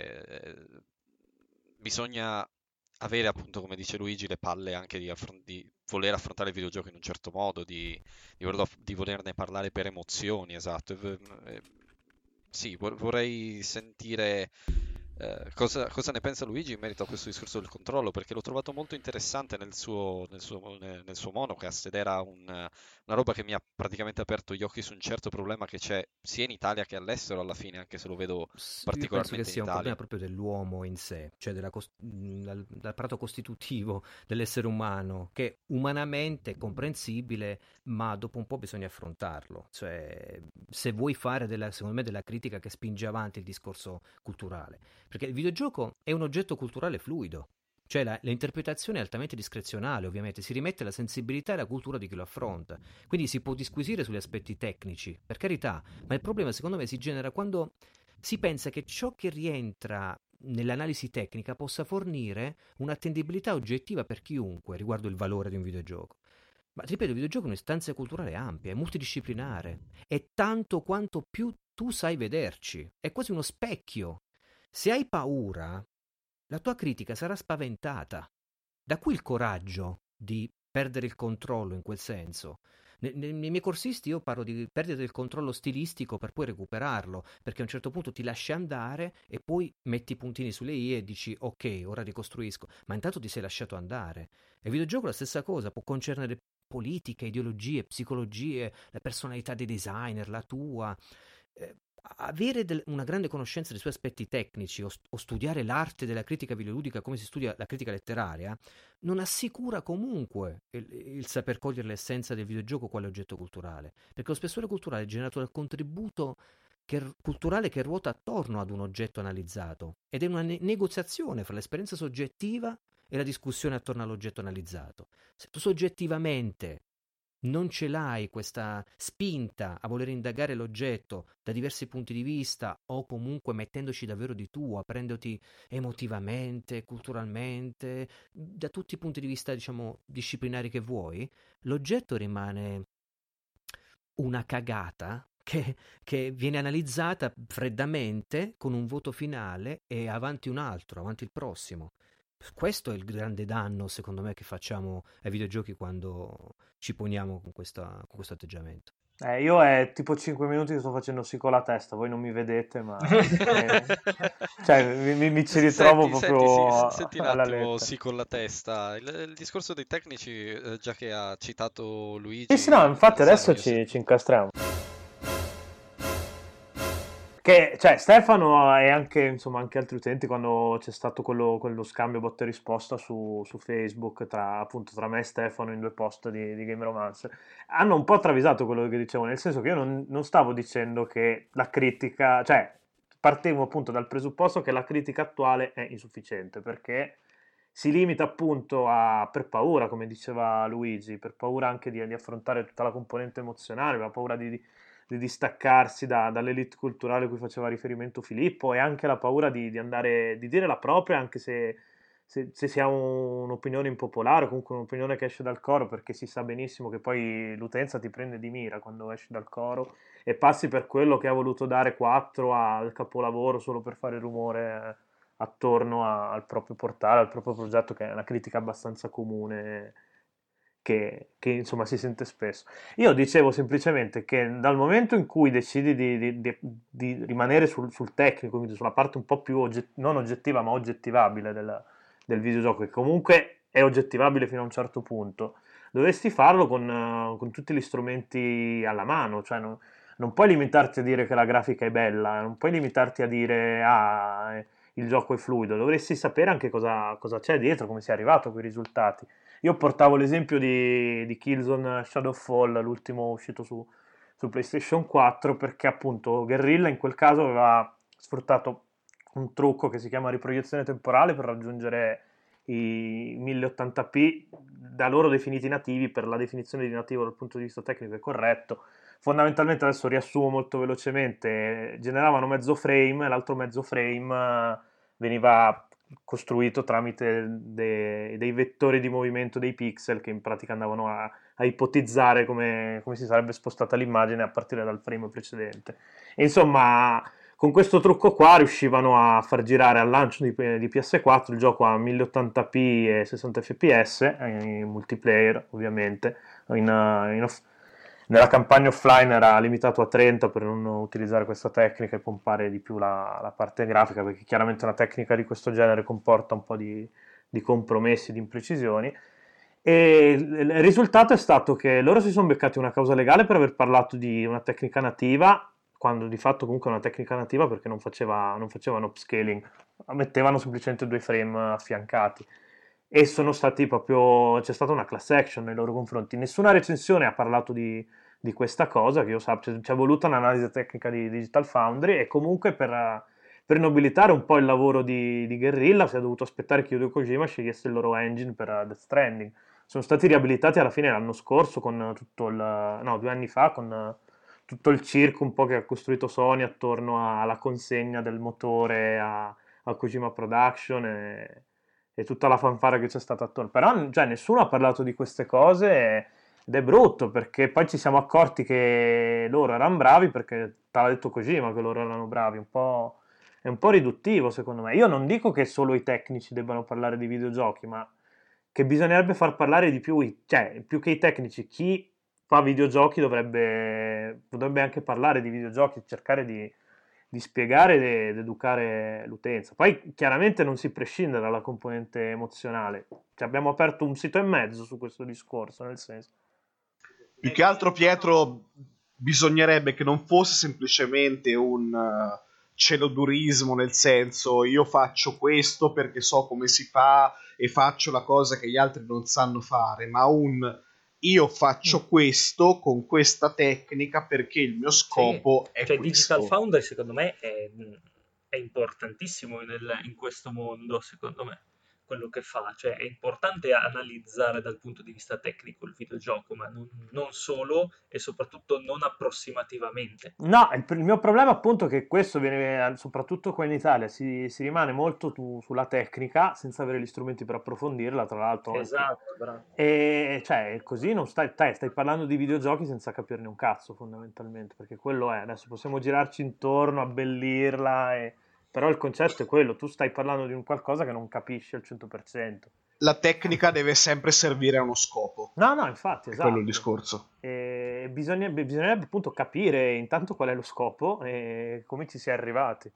bisogna avere appunto, come dice Luigi, le palle anche di voler affrontare il videogioco in un certo modo, di volerne parlare per emozioni, esatto. Sì, vorrei sentire cosa ne pensa Luigi in merito a questo discorso del controllo? Perché l'ho trovato molto interessante nel suo monocast ed era una roba che mi ha praticamente aperto gli occhi su un certo problema che c'è sia in Italia che all'estero alla fine, anche se lo vedo Io penso che particolarmente in sia un problema Italia. proprio dell'uomo in sé, cioè dall'apparato costitutivo dell'essere umano, che umanamente è comprensibile, ma dopo un po' bisogna affrontarlo. Cioè, se vuoi fare secondo me della critica che spinge avanti il discorso culturale, perché il videogioco è un oggetto culturale fluido. Cioè l'interpretazione è altamente discrezionale, ovviamente, si rimette alla sensibilità e alla cultura di chi lo affronta. Quindi si può disquisire sugli aspetti tecnici, per carità, ma il problema secondo me si genera quando si pensa che ciò che rientra nell'analisi tecnica possa fornire un'attendibilità oggettiva per chiunque riguardo il valore di un videogioco. Ma ripeto, il videogioco è un'istanza culturale ampia, è multidisciplinare, è tanto quanto più tu sai vederci, è quasi uno specchio. Se hai paura, la tua critica sarà spaventata. Da qui il coraggio di perdere il controllo in quel senso. Nei miei corsisti io parlo di perdita del controllo stilistico per poi recuperarlo, perché a un certo punto ti lasci andare e poi metti i puntini sulle i e dici ok, ora ricostruisco, ma intanto ti sei lasciato andare. E il videogioco è la stessa cosa, può concernere politica, ideologie, psicologie, la personalità dei designer, la tua. Avere una grande conoscenza dei suoi aspetti tecnici o studiare l'arte della critica videoludica come si studia la critica letteraria non assicura comunque il saper cogliere l'essenza del videogioco quale oggetto culturale, perché lo spessore culturale è generato dal contributo culturale che ruota attorno ad un oggetto analizzato ed è una negoziazione fra l'esperienza soggettiva e la discussione attorno all'oggetto analizzato. Se tu soggettivamente non ce l'hai questa spinta a voler indagare l'oggetto da diversi punti di vista o comunque mettendoci davvero di tuo, aprendoti emotivamente, culturalmente, da tutti i punti di vista, diciamo, disciplinari che vuoi, l'oggetto rimane una cagata che viene analizzata freddamente con un voto finale e avanti un altro, avanti il prossimo. Questo è il grande danno, secondo me, che facciamo ai videogiochi quando ci poniamo con questo atteggiamento. Io è tipo 5 minuti che sto facendo sì con la testa, voi non mi vedete, ma cioè, mi ci ritrovo proprio Senti un alla attimo, lettera. sì, con la testa. Il discorso dei tecnici, già che ha citato Sì, sì, no, Luigi, infatti sai, adesso io se- ci incastriamo. Che, cioè, Stefano e anche, insomma, anche altri utenti, quando c'è stato quello scambio botta e risposta su Facebook appunto, tra me e Stefano in due post di Game Romancer, hanno un po' travisato quello che dicevo, nel senso che io non stavo dicendo che la critica, cioè, partivo appunto dal presupposto che la critica attuale è insufficiente, perché si limita appunto per paura, come diceva Luigi, per paura anche di affrontare tutta la componente emozionale, per paura di distaccarsi dall'elite culturale a cui faceva riferimento Filippo e anche la paura di andare, di dire la propria, anche se si ha un'opinione impopolare, comunque un'opinione che esce dal coro, perché si sa benissimo che poi l'utenza ti prende di mira quando esci dal coro e passi per quello che ha voluto dare 4 al capolavoro solo per fare rumore attorno al proprio portale, al proprio progetto, che è una critica abbastanza comune che, insomma si sente spesso. Io dicevo semplicemente che dal momento in cui decidi di rimanere sul tecnico, quindi sulla parte un po' più non oggettiva ma oggettivabile del videogioco, che comunque è oggettivabile fino a un certo punto, dovresti farlo con tutti gli strumenti alla mano, cioè non puoi limitarti a dire che la grafica è bella, non puoi limitarti a dire il gioco è fluido, dovresti sapere anche cosa c'è dietro, come si è arrivato a quei risultati. Io portavo l'esempio di Killzone Shadowfall, l'ultimo uscito su PlayStation 4, perché appunto Guerrilla in quel caso aveva sfruttato un trucco che si chiama riproiezione temporale per raggiungere i 1080p da loro definiti nativi, per la definizione di nativo dal punto di vista tecnico è corretto. Fondamentalmente, adesso riassumo molto velocemente, generavano mezzo frame, l'altro mezzo frame veniva costruito tramite dei vettori di movimento dei pixel che in pratica andavano a ipotizzare come si sarebbe spostata l'immagine a partire dal frame precedente. E insomma, con questo trucco qua riuscivano a far girare al lancio di PS4 il gioco a 1080p e 60 fps in multiplayer, ovviamente, nella campagna offline era limitato a 30 per non utilizzare questa tecnica e pompare di più la parte grafica, perché chiaramente una tecnica di questo genere comporta un po' di compromessi, di imprecisioni. E il risultato è stato che loro si sono beccati una causa legale per aver parlato di una tecnica nativa, quando di fatto comunque è una tecnica nativa perché non facevano upscaling, mettevano semplicemente 2 frame affiancati. E sono stati proprio, c'è stata una class action nei loro confronti. Nessuna recensione ha parlato di questa cosa, che io sappia, c'è voluta un'analisi tecnica di Digital Foundry, e comunque per nobilitare un po' il lavoro di Guerrilla si è dovuto aspettare che Hideo Kojima scegliesse il loro engine per Death Stranding. Sono stati riabilitati alla fine l'anno scorso con no, 2 anni fa, con tutto il circo un po' che ha costruito Sony attorno alla consegna del motore a Kojima Production e tutta la fanfara che c'è stata attorno. Però cioè, nessuno ha parlato di queste cose ed è brutto, perché poi ci siamo accorti che loro erano bravi perché te l'ha detto Kojima che loro erano bravi. È un po' riduttivo secondo me. Io non dico che solo i tecnici debbano parlare di videogiochi, ma che bisognerebbe far parlare di più, cioè più che i tecnici, chi fa videogiochi dovrebbe anche parlare di videogiochi, cercare di spiegare ed educare l'utenza. Poi chiaramente non si prescinde dalla componente emozionale. Cioè, abbiamo aperto un sito e mezzo su questo discorso, nel senso. Più che altro, Pietro, bisognerebbe che non fosse semplicemente un celodurismo, nel senso io faccio questo perché so come si fa e faccio la cosa che gli altri non sanno fare, ma un io faccio questo con questa tecnica perché il mio scopo è cioè questo. Digital Foundry secondo me è importantissimo in questo mondo, secondo me, quello che fa. Cioè è importante analizzare dal punto di vista tecnico il videogioco, ma non solo e soprattutto non approssimativamente. No, il mio problema appunto è che questo viene, soprattutto qua in Italia, si rimane molto sulla tecnica senza avere gli strumenti per approfondirla, tra l'altro. Esatto, bravo. E cioè, così non stai parlando di videogiochi senza capirne un cazzo, fondamentalmente, perché quello è. Adesso possiamo girarci intorno, abbellirla, però il concetto è quello, tu stai parlando di un qualcosa che non capisci al 100%. La tecnica deve sempre servire a uno scopo. No, infatti, È esatto. quello il discorso. E bisognerebbe appunto capire intanto qual è lo scopo e come ci si è arrivati.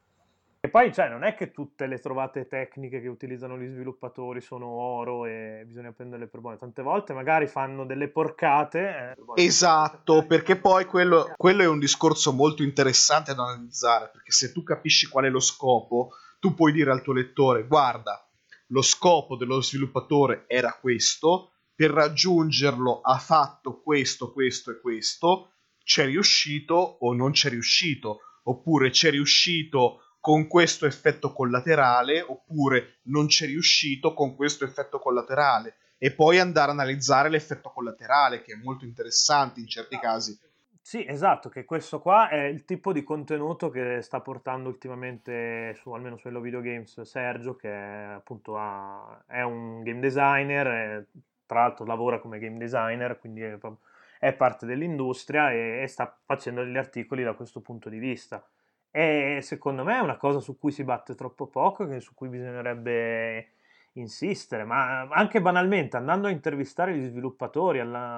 E poi, cioè, non è che tutte le trovate tecniche che utilizzano gli sviluppatori sono oro e bisogna prenderle per buone. Tante volte magari fanno delle porcate. Esatto, perché poi quello è un discorso molto interessante da analizzare, perché se tu capisci qual è lo scopo, tu puoi dire al tuo lettore: guarda, lo scopo dello sviluppatore era questo, per raggiungerlo ha fatto questo, questo e questo, c'è riuscito o non c'è riuscito, oppure c'è riuscito con questo effetto collaterale, oppure non c'è riuscito con questo effetto collaterale, e poi andare a analizzare l'effetto collaterale, che è molto interessante in certi casi. Sì, esatto, che questo qua è il tipo di contenuto che sta portando ultimamente, almeno su Hello Video Games, Sergio, che appunto è un game designer, tra l'altro lavora come game designer, quindi è parte dell'industria e sta facendo degli articoli da questo punto di vista. E secondo me è una cosa su cui si batte troppo poco e su cui bisognerebbe insistere, ma anche banalmente andando a intervistare gli sviluppatori,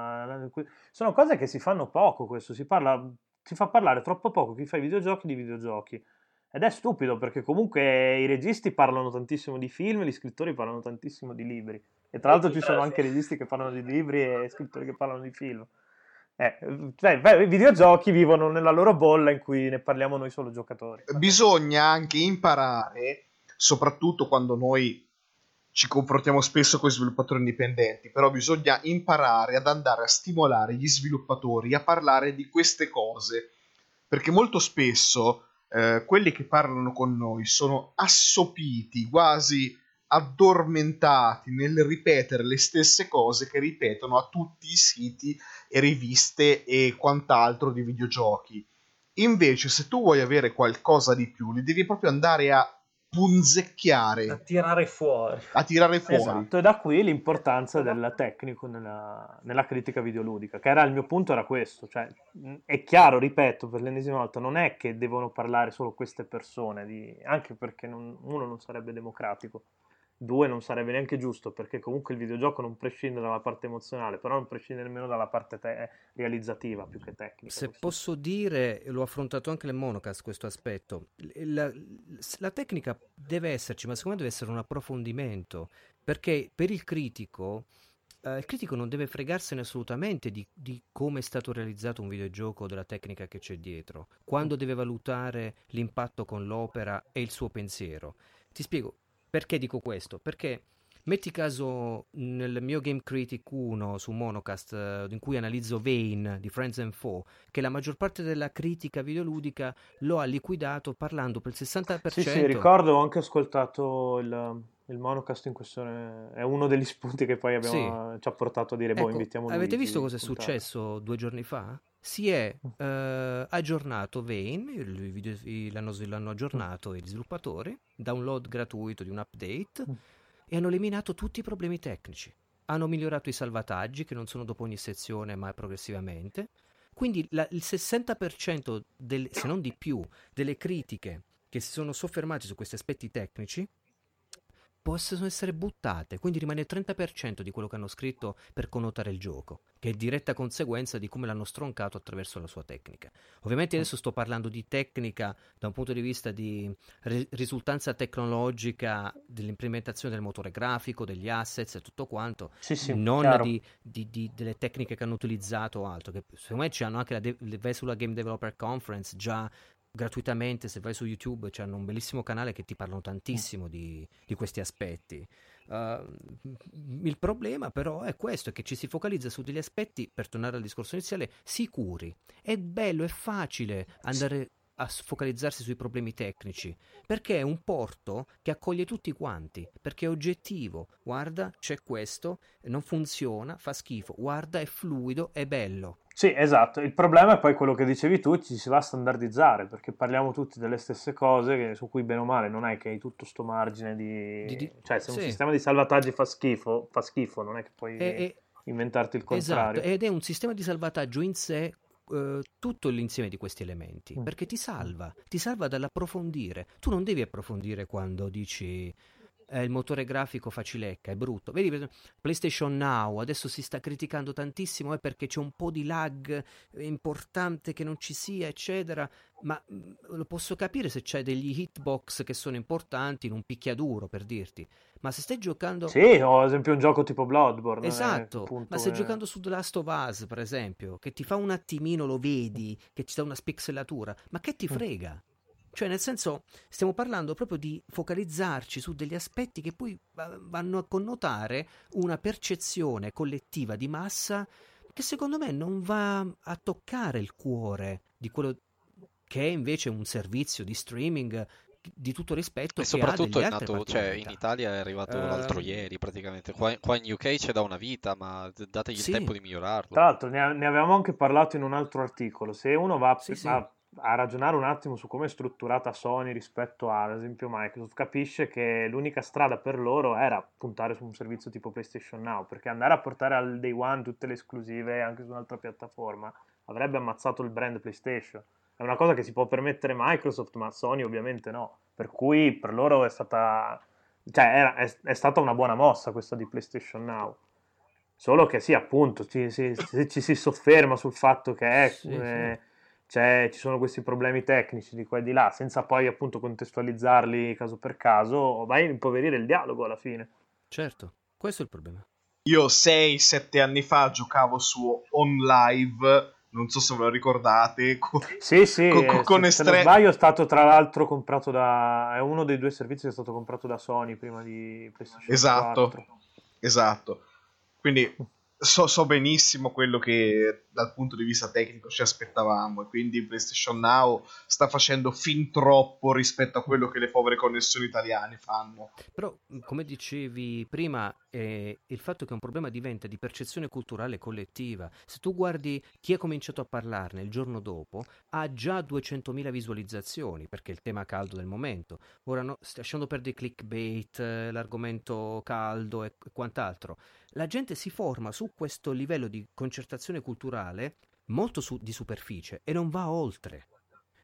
sono cose che si fanno poco, questo si fa parlare troppo poco chi fa i videogiochi di videogiochi. Ed è stupido perché comunque i registi parlano tantissimo di film, gli scrittori parlano tantissimo di libri. E tra l'altro ci sono anche registi che parlano di libri e scrittori che parlano di film. I videogiochi vivono nella loro bolla in cui ne parliamo noi solo giocatori. Bisogna anche imparare, soprattutto quando noi ci confrontiamo spesso con i sviluppatori indipendenti, però bisogna imparare ad andare a stimolare gli sviluppatori a parlare di queste cose, perché molto spesso quelli che parlano con noi sono assopiti, quasi addormentati nel ripetere le stesse cose che ripetono a tutti i siti e riviste e quant'altro di videogiochi. Invece, se tu vuoi avere qualcosa di più, li devi proprio andare a punzecchiare, a tirare fuori. Esatto, e da qui l'importanza del tecnico nella critica videoludica, che era il mio punto, era questo, cioè è chiaro, ripeto per l'ennesima volta, non è che devono parlare solo queste persone, anche perché uno non sarebbe democratico. 2 non sarebbe neanche giusto, perché comunque il videogioco non prescinde dalla parte emozionale, però non prescinde nemmeno dalla parte realizzativa più che tecnica. Se questo. posso dire, l'ho affrontato anche nel Monocast questo aspetto. La tecnica deve esserci, ma secondo me deve essere un approfondimento, perché per il critico non deve fregarsene assolutamente di come è stato realizzato un videogioco, della tecnica che c'è dietro, quando deve valutare l'impatto con l'opera e il suo pensiero. Ti spiego perché dico questo, perché metti caso nel mio Game Critic 1 su Monocast, in cui analizzo Vane di Friends and Foe, che la maggior parte della critica videoludica lo ha liquidato parlando per il 60%. Sì, ricordo, ho anche ascoltato il Monocast in questione, è uno degli spunti che poi ci ha portato a dire, Ecco, invitiamo avete Luigi visto cosa è puntare. successo 2 giorni fa? Si è aggiornato Vane, l'hanno aggiornato gli sviluppatori, download gratuito di un update, e hanno eliminato tutti i problemi tecnici. Hanno migliorato i salvataggi, che non sono dopo ogni sezione ma progressivamente. Quindi il 60%, se non di più, delle critiche che si sono soffermate su questi aspetti tecnici possono essere buttate, quindi rimane il 30% di quello che hanno scritto per connotare il gioco, che è diretta conseguenza di come l'hanno stroncato attraverso la sua tecnica. Ovviamente adesso sto parlando di tecnica da un punto di vista di risultanza tecnologica, dell'implementazione del motore grafico, degli assets e tutto quanto, non delle tecniche che hanno utilizzato o altro, che secondo me c'hanno anche vai sulla Game Developer Conference già gratuitamente, se vai su YouTube c'hanno un bellissimo canale che ti parlano tantissimo di questi aspetti. Il problema però è questo, è che ci si focalizza su degli aspetti, per tornare al discorso iniziale, sicuri. È bello, è facile andare a focalizzarsi sui problemi tecnici, perché è un porto che accoglie tutti quanti, perché è oggettivo. Guarda, c'è questo, non funziona, fa schifo, guarda, è fluido, è bello. Sì, esatto. Il problema è poi quello che dicevi tu, ci si va a standardizzare, perché parliamo tutti delle stesse cose, su cui bene o male non è che hai tutto sto margine cioè se un sistema di salvataggi fa schifo, non è che puoi inventarti il contrario. Esatto, ed è un sistema di salvataggio in sé, tutto l'insieme di questi elementi, perché ti salva dall'approfondire. Tu non devi approfondire quando dici il motore grafico facilecca, è brutto. Vedi, per esempio, PlayStation Now adesso si sta criticando tantissimo perché c'è un po' di lag importante che non ci sia, eccetera, ma lo posso capire se c'hai degli hitbox che sono importanti in un picchiaduro, per dirti. Ma se stai giocando... Sì, o ad esempio un gioco tipo Bloodborne. Esatto, ma stai giocando su The Last of Us, per esempio, che ti fa un attimino, lo vedi, che ci dà una spixelatura, ma che ti frega? Cioè, nel senso, stiamo parlando proprio di focalizzarci su degli aspetti che poi vanno a connotare una percezione collettiva di massa che secondo me non va a toccare il cuore di quello che è invece un servizio di streaming di tutto rispetto, e soprattutto è nato, cioè in Italia è arrivato l'altro ieri praticamente, qua in UK c'è da una vita, ma dategli il tempo di migliorarlo. Tra l'altro ne avevamo anche parlato in un altro articolo. Se uno va a ragionare un attimo su come è strutturata Sony rispetto ad esempio Microsoft, capisce che l'unica strada per loro era puntare su un servizio tipo PlayStation Now, perché andare a portare al day one tutte le esclusive anche su un'altra piattaforma avrebbe ammazzato il brand PlayStation. È una cosa che si può permettere Microsoft, ma Sony ovviamente no, per cui per loro è stata, cioè è stata una buona mossa questa di PlayStation Now. Solo che sì, appunto, ci si sofferma sul fatto che ci sono questi problemi tecnici di qua e di là, senza poi appunto contestualizzarli caso per caso, vai a impoverire il dialogo alla fine. Certo, questo è il problema. Io 6-7 anni fa giocavo su OnLive, non so se ve lo ricordate. Sì, se non sbaglio è stato tra l'altro comprato è uno dei due servizi che è stato comprato da Sony prima di PlayStation 4. Esatto. Quindi so benissimo quello che dal punto di vista tecnico ci aspettavamo, e quindi PlayStation Now sta facendo fin troppo rispetto a quello che le povere connessioni italiane fanno. Però, come dicevi prima, il fatto che un problema diventa di percezione culturale collettiva. Se tu guardi chi ha cominciato a parlarne il giorno dopo, ha già 200.000 visualizzazioni, perché è il tema caldo del momento. Ora, lasciando perdere i clickbait, l'argomento caldo e quant'altro, la gente si forma su questo livello di concertazione culturale molto di superficie e non va oltre.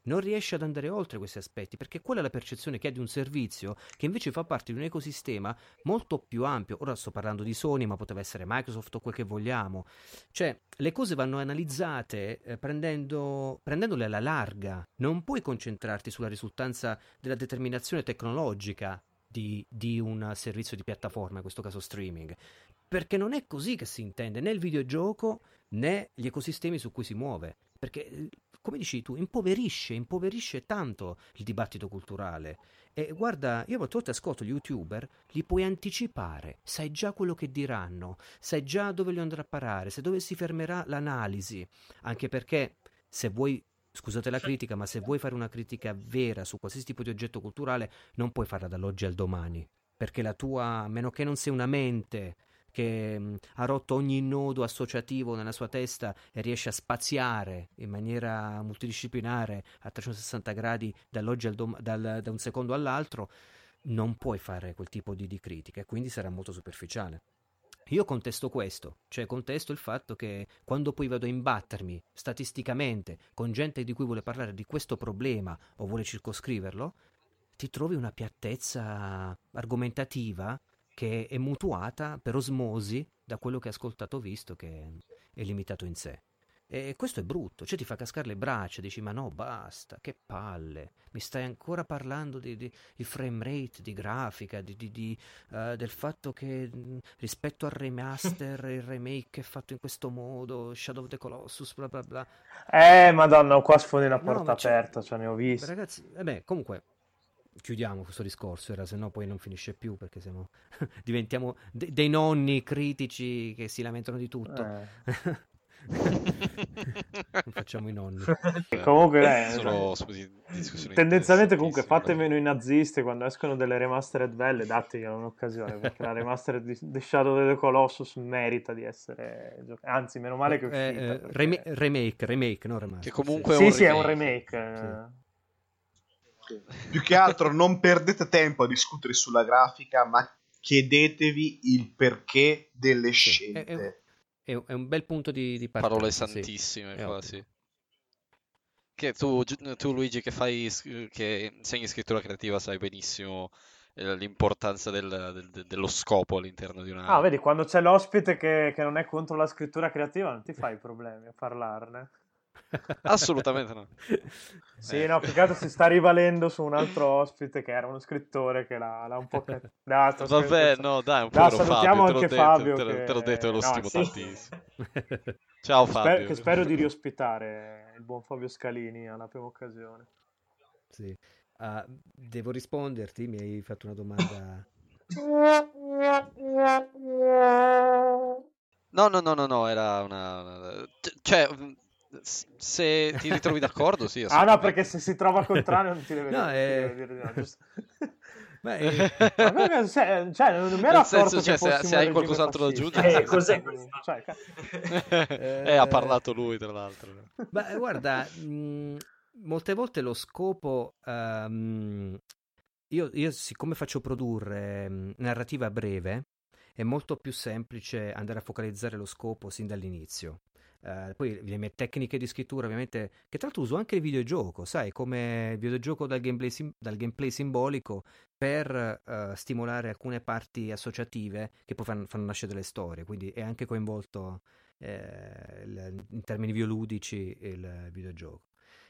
non riesce ad andare oltre questi aspetti, perché quella è la percezione che ha di un servizio che invece fa parte di un ecosistema molto più ampio. Ora sto parlando di Sony, ma poteva essere Microsoft o quel che vogliamo. Cioè, le cose vanno analizzate prendendole alla larga. Non puoi concentrarti sulla risultanza della determinazione tecnologica di un servizio di piattaforma, in questo caso streaming, perché non è così che si intende né il videogioco né gli ecosistemi su cui si muove, perché come dici tu impoverisce tanto il dibattito culturale. E guarda, io a volte ascolto gli YouTuber, li puoi anticipare, sai già quello che diranno, sai già dove li andrà a parare, sai dove si fermerà l'analisi, anche perché se vuoi, scusate la critica, ma se vuoi fare una critica vera su qualsiasi tipo di oggetto culturale non puoi farla dall'oggi al domani, perché la tua, a meno che non sei una mente che ha rotto ogni nodo associativo nella sua testa e riesce a spaziare in maniera multidisciplinare a 360 gradi dall'oggi da un secondo all'altro, non puoi fare quel tipo di critica e quindi sarà molto superficiale. Io contesto questo, cioè contesto il fatto che quando poi vado a imbattermi statisticamente con gente di cui vuole parlare di questo problema o vuole circoscriverlo, ti trovi una piattezza argomentativa che è mutuata per osmosi da quello che hai ascoltato o visto, che è limitato in sé. E questo è brutto, cioè ti fa cascare le braccia, dici ma no, basta, che palle, mi stai ancora parlando di frame rate, di grafica, del fatto che rispetto al remaster, il remake è fatto in questo modo, Shadow of the Colossus, bla bla bla. Madonna, qua sfondi una No, porta ma aperta, ne ho visto. ragazzi, comunque chiudiamo questo discorso, se no poi non finisce più, perché sennò diventiamo dei nonni critici che si lamentano di tutto. Non facciamo i nonni. Comunque Sono discussioni tendenzialmente comunque interessantissime, fate meno i nazisti quando escono delle remastered belle, dategli un'occasione, perché la remastered di Shadow of the Colossus merita di essere anzi meno male che è uscita perché... remake, no remaster. Che comunque sì, è un remake. Sì. Più che altro non perdete tempo a discutere sulla grafica, ma chiedetevi il perché delle scelte. È un bel punto di partenza. Parole santissime, sì. quasi. Che tu Luigi, che segni scrittura creativa, sai benissimo l'importanza dello scopo all'interno di una... vedi, quando c'è l'ospite che non è contro la scrittura creativa non ti fai problemi a parlarne. Assolutamente no. Sì, no, più che altro si sta rivalendo su un altro ospite che era uno scrittore che l'ha un po'... Vabbè, no, dai, un po' salutiamo Fabio, anche Fabio. Te l'ho detto, lo stimo sì. tantissimo. Ciao Fabio. Che spero di riospitare il buon Fabio Scalini alla prima occasione. Sì. Devo risponderti, mi hai fatto una domanda... No, era una... Cioè, se ti ritrovi d'accordo, sì, no, perché se si trova contrario non ti deve dire di no, giusto? Cioè, non mi ero accorto che se hai qualcos'altro da aggiungere... Cos'è questo? Ha parlato lui, tra l'altro. Beh, guarda, molte volte lo scopo... io siccome faccio produrre narrativa breve, è molto più semplice andare a focalizzare lo scopo sin dall'inizio. Poi le mie tecniche di scrittura, ovviamente, che tra l'altro uso anche il videogioco, sai, come il videogioco dal gameplay simbolico per stimolare alcune parti associative che poi fanno nascere delle storie, quindi è anche coinvolto in termini bioludici il videogioco.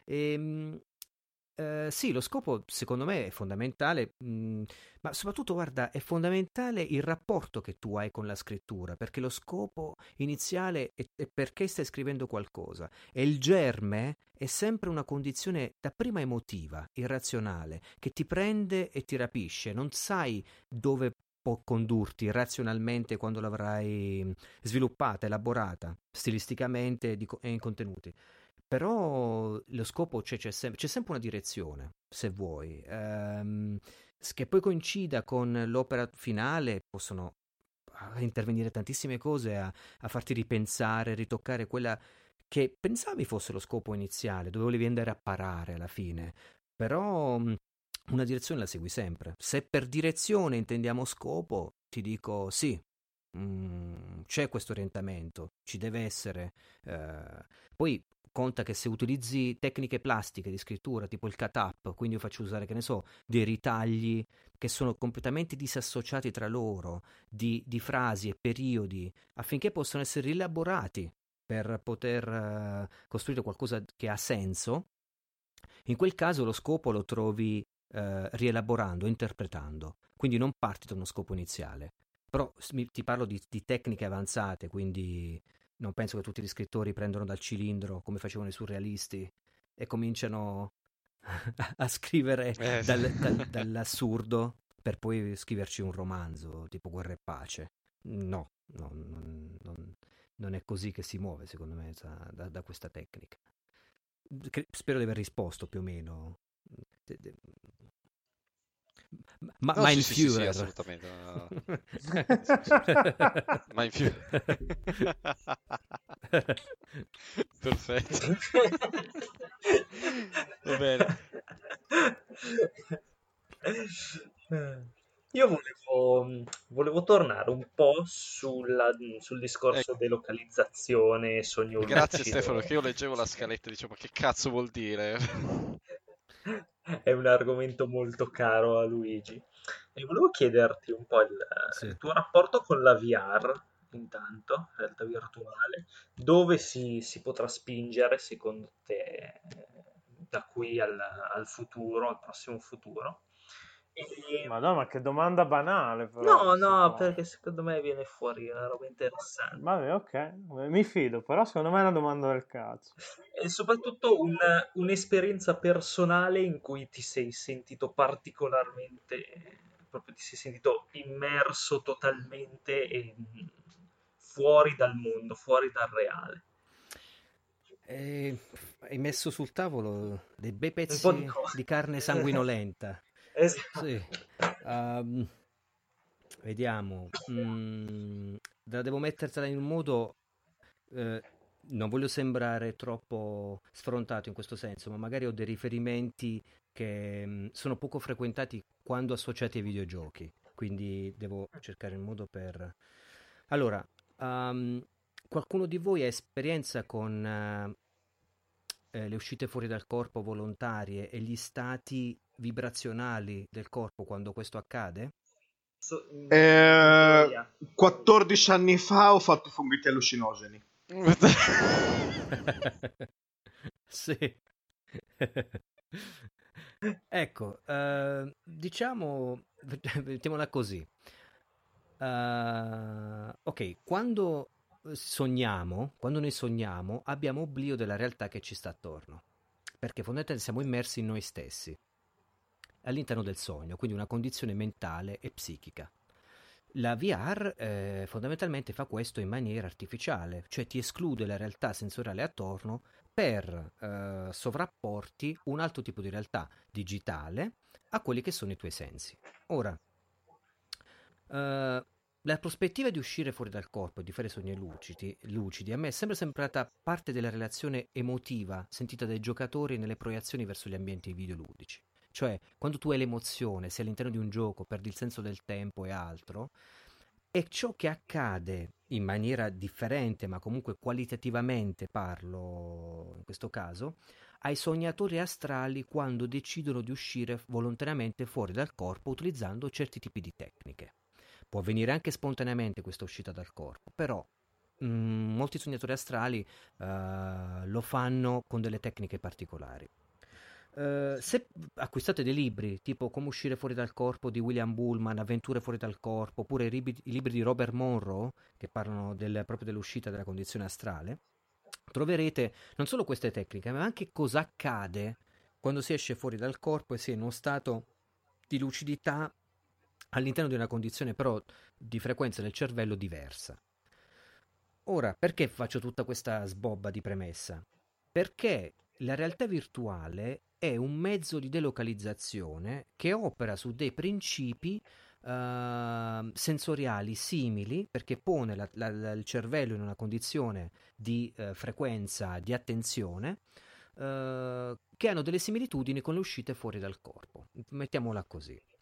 Sì, lo scopo secondo me è fondamentale, ma soprattutto, guarda, è fondamentale il rapporto che tu hai con la scrittura, perché lo scopo iniziale è perché stai scrivendo qualcosa e il germe è sempre una condizione dapprima emotiva, irrazionale, che ti prende e ti rapisce, non sai dove può condurti razionalmente quando l'avrai sviluppata, elaborata, stilisticamente e in contenuti. Però lo scopo c'è sempre una direzione, se vuoi, che poi coincida con l'opera finale, possono intervenire tantissime cose a farti ripensare, ritoccare quella che pensavi fosse lo scopo iniziale, dove volevi andare a parare alla fine, però una direzione la segui sempre. Se per direzione intendiamo scopo, ti dico sì. C'è questo orientamento, ci deve essere. Poi conta che se utilizzi tecniche plastiche di scrittura, tipo il cut-up, quindi io faccio usare, che ne so, dei ritagli che sono completamente disassociati tra loro, di frasi e periodi, affinché possano essere rielaborati per poter costruire qualcosa che ha senso, in quel caso lo scopo lo trovi rielaborando, interpretando, quindi non parti da uno scopo iniziale. Però ti parlo di tecniche avanzate, quindi non penso che tutti gli scrittori prendano dal cilindro, come facevano i surrealisti, e cominciano a scrivere dall'assurdo per poi scriverci un romanzo tipo Guerra e Pace. No, non è così che si muove, secondo me, da questa tecnica. Spero di aver risposto più o meno. No, sì, assolutamente. Perfetto. Va bene. Io volevo tornare un po' sul discorso delocalizzazione, sogno luccido. Grazie Stefano, che io leggevo la scaletta e dicevo ma che cazzo vuol dire? È un argomento molto caro a Luigi. E volevo chiederti un po' il tuo rapporto con la VR, intanto, realtà virtuale, dove si potrà spingere secondo te da qui al futuro, al prossimo futuro? Madonna, che domanda banale però. No, perché secondo me viene fuori una roba interessante. Vabbè, ok, mi fido, però secondo me è una domanda del cazzo. E soprattutto un'esperienza personale in cui ti sei sentito particolarmente, proprio ti sei sentito immerso totalmente fuori dal mondo, fuori dal reale. Hai messo sul tavolo dei bei Un po' pezzi di carne sanguinolenta. Esatto. Sì. Vediamo. Devo mettertela in un modo. Non voglio sembrare troppo sfrontato in questo senso, ma magari ho dei riferimenti che sono poco frequentati quando associati ai videogiochi. Quindi devo cercare il modo per. Allora, qualcuno di voi ha esperienza con le uscite fuori dal corpo volontarie e gli stati vibrazionali del corpo quando questo accade? 14 anni fa ho fatto i funghi allucinogeni. Sì. Ecco, diciamo, mettiamola così. Ok, quando noi sogniamo, abbiamo oblio della realtà che ci sta attorno, perché fondamentalmente siamo immersi in noi stessi all'interno del sogno, quindi una condizione mentale e psichica. La VR fondamentalmente fa questo in maniera artificiale, cioè ti esclude la realtà sensoriale attorno per sovrapporti un altro tipo di realtà digitale a quelli che sono i tuoi sensi. Ora, la prospettiva di uscire fuori dal corpo e di fare sogni lucidi a me è sempre sembrata parte della relazione emotiva sentita dai giocatori nelle proiezioni verso gli ambienti videoludici. Cioè, quando tu hai l'emozione, sei all'interno di un gioco, perdi il senso del tempo e altro, è ciò che accade in maniera differente, ma comunque qualitativamente parlo in questo caso, ai sognatori astrali quando decidono di uscire volontariamente fuori dal corpo utilizzando certi tipi di tecniche. Può avvenire anche spontaneamente questa uscita dal corpo, però molti sognatori astrali lo fanno con delle tecniche particolari. Se acquistate dei libri tipo Come uscire fuori dal corpo di William Bullman, Avventure fuori dal corpo, oppure i libri di Robert Monroe che parlano proprio dell'uscita della condizione astrale, troverete non solo queste tecniche, ma anche cosa accade quando si esce fuori dal corpo e si è in uno stato di lucidità all'interno di una condizione però di frequenza del cervello diversa. Ora, perché faccio tutta questa sbobba di premessa? Perché la realtà virtuale è un mezzo di delocalizzazione che opera su dei principi sensoriali simili, perché pone il cervello in una condizione di frequenza, di attenzione, che hanno delle similitudini con le uscite fuori dal corpo. Mettiamola così.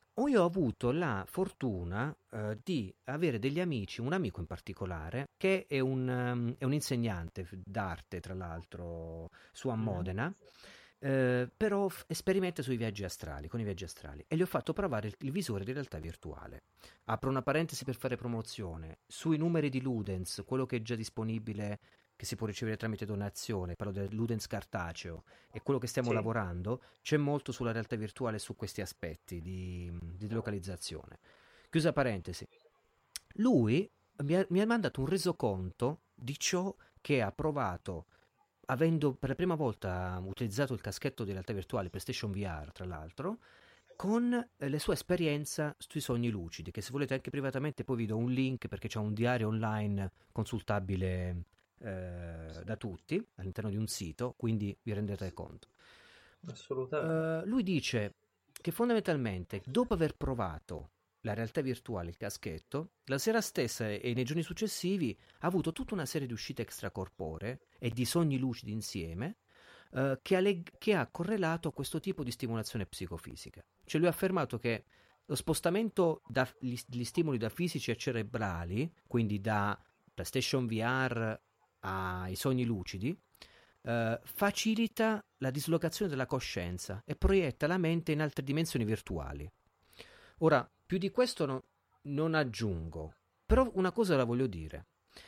io ho avuto la fortuna di avere degli amici, un amico in particolare, che è un insegnante d'arte, tra l'altro, su a Modena, però sperimenta sui viaggi astrali, con i viaggi astrali, e gli ho fatto provare il visore di realtà virtuale. Apro una parentesi per fare promozione. Sui numeri di Ludens, quello che è già disponibile, che si può ricevere tramite donazione, parlo del Ludens cartaceo, e quello che stiamo Sì. lavorando, c'è molto sulla realtà virtuale su questi aspetti di localizzazione. Chiusa parentesi. Lui mi ha mandato un resoconto di ciò che ha provato, avendo per la prima volta utilizzato il caschetto di realtà virtuale PlayStation VR, tra l'altro, con la sua esperienza sui sogni lucidi, che se volete anche privatamente poi vi do un link perché c'è un diario online consultabile da tutti all'interno di un sito, quindi vi rendete conto. Assolutamente. Lui dice che fondamentalmente dopo aver provato la realtà virtuale, il caschetto, la sera stessa e nei giorni successivi ha avuto tutta una serie di uscite extracorporee e di sogni lucidi insieme che ha correlato a questo tipo di stimolazione psicofisica. Cioè lui ha affermato che lo spostamento dagli stimoli da fisici a cerebrali, quindi da PlayStation VR ai sogni lucidi, facilita la dislocazione della coscienza e proietta la mente in altre dimensioni virtuali. Ora, più di questo non aggiungo, però una cosa la voglio dire.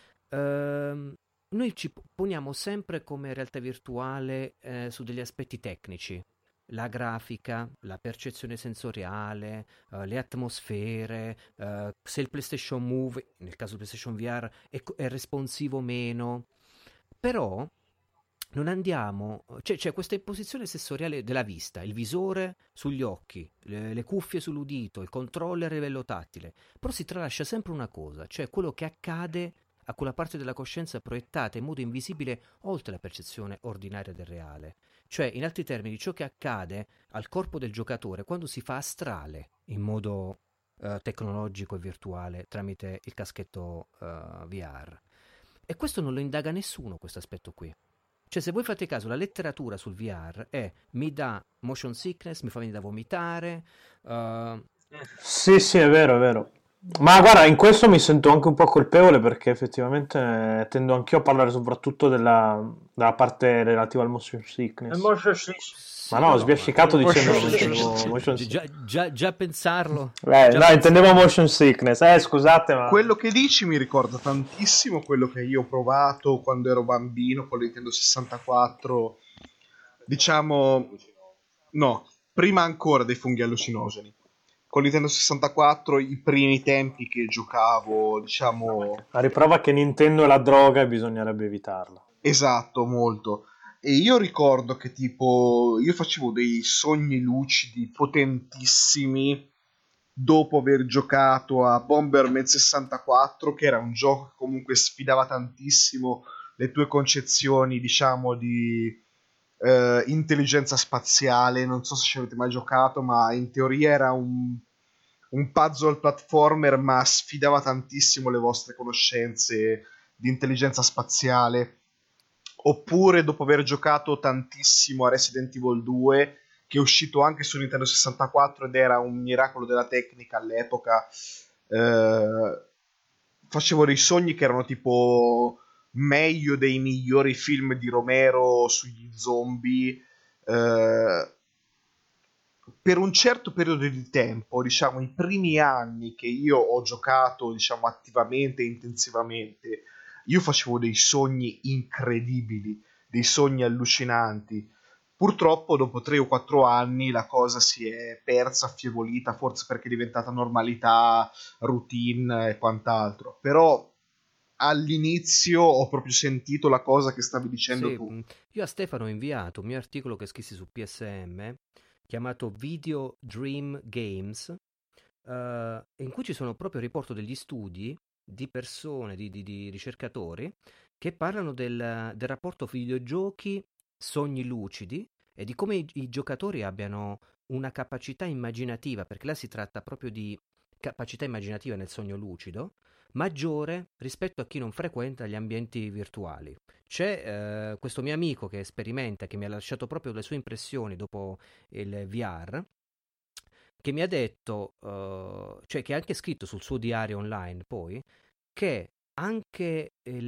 Noi ci poniamo sempre come realtà virtuale su degli aspetti tecnici, la grafica, la percezione sensoriale, le atmosfere, se il PlayStation Move, nel caso PlayStation VR, è responsivo o meno. Però non andiamo, c'è questa imposizione sensoriale della vista, il visore sugli occhi, le cuffie sull'udito, il controller a livello tattile, però si tralascia sempre una cosa, cioè quello che accade a quella parte della coscienza proiettata in modo invisibile oltre la percezione ordinaria del reale. Cioè, in altri termini, ciò che accade al corpo del giocatore quando si fa astrale in modo tecnologico e virtuale tramite il caschetto VR. E questo non lo indaga nessuno, questo aspetto qui. Cioè, se voi fate caso, la letteratura sul VR è mi dà motion sickness, mi fa venire da vomitare. Sì, sì, è vero, è vero. Ma guarda, in questo mi sento anche un po' colpevole perché effettivamente tendo anch'io a parlare soprattutto della parte relativa al motion sickness. Ma no, ho sbiascicato dicendo motion sickness. Già pensarlo. No, intendevo motion sickness. Scusate, ma quello che dici mi ricorda tantissimo quello che io ho provato quando ero bambino con la Nintendo 64. Diciamo, no, prima ancora dei funghi allucinogeni. Con Nintendo 64 i primi tempi che giocavo, diciamo... a riprova che Nintendo è la droga e bisognerebbe evitarla. Esatto, molto. E io ricordo che tipo io facevo dei sogni lucidi potentissimi dopo aver giocato a Bomberman 64, che era un gioco che comunque sfidava tantissimo le tue concezioni, diciamo, di intelligenza spaziale. Non so se ci avete mai giocato, ma in teoria era un puzzle platformer, ma sfidava tantissimo le vostre conoscenze di intelligenza spaziale. Oppure dopo aver giocato tantissimo a Resident Evil 2, che è uscito anche su Nintendo 64 ed era un miracolo della tecnica all'epoca, facevo dei sogni che erano tipo meglio dei migliori film di Romero sugli zombie. Per un certo periodo di tempo, diciamo i primi anni che io ho giocato, diciamo, attivamente e intensivamente, io facevo dei sogni incredibili, dei sogni allucinanti. Purtroppo dopo 3 o 4 anni la cosa si è persa, affievolita, forse perché è diventata normalità, routine e quant'altro. Però all'inizio ho proprio sentito la cosa che stavi dicendo Sì, tu. io a Stefano ho inviato un mio articolo che scrissi su PSM chiamato Video Dream Games, in cui ci sono proprio riporto degli studi di persone, di ricercatori che parlano del rapporto videogiochi, sogni lucidi e di come i giocatori abbiano una capacità immaginativa, perché là si tratta proprio di capacità immaginativa nel sogno lucido, maggiore rispetto a chi non frequenta gli ambienti virtuali. C'è questo mio amico che sperimenta, che mi ha lasciato proprio le sue impressioni dopo il VR, che mi ha detto, cioè che ha anche scritto sul suo diario online poi, che anche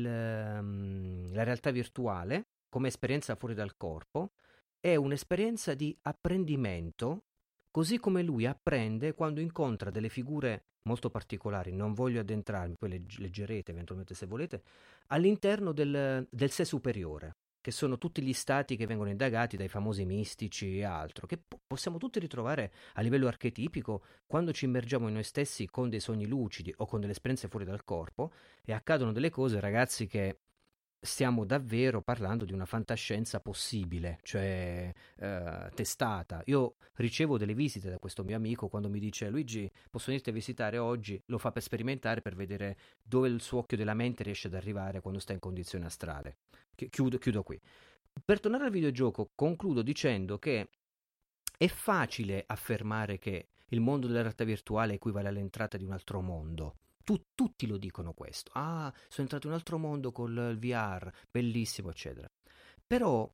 la realtà virtuale, come esperienza fuori dal corpo, è un'esperienza di apprendimento, così come lui apprende quando incontra delle figure molto particolari, non voglio addentrarmi, poi leggerete eventualmente se volete, all'interno del sé superiore, che sono tutti gli stati che vengono indagati dai famosi mistici e altro, che possiamo tutti ritrovare a livello archetipico quando ci immergiamo in noi stessi con dei sogni lucidi o con delle esperienze fuori dal corpo, e accadono delle cose, ragazzi, che stiamo davvero parlando di una fantascienza possibile, cioè testata. Io ricevo delle visite da questo mio amico quando mi dice: Luigi, posso venirti a visitare oggi? Lo fa per sperimentare, per vedere dove il suo occhio della mente riesce ad arrivare quando sta in condizione astrale. Chiudo qui. Per tornare al videogioco, concludo dicendo che è facile affermare che il mondo della realtà virtuale equivale all'entrata di un altro mondo. Tutti lo dicono questo. Ah, sono entrato in un altro mondo col VR, bellissimo, eccetera. Però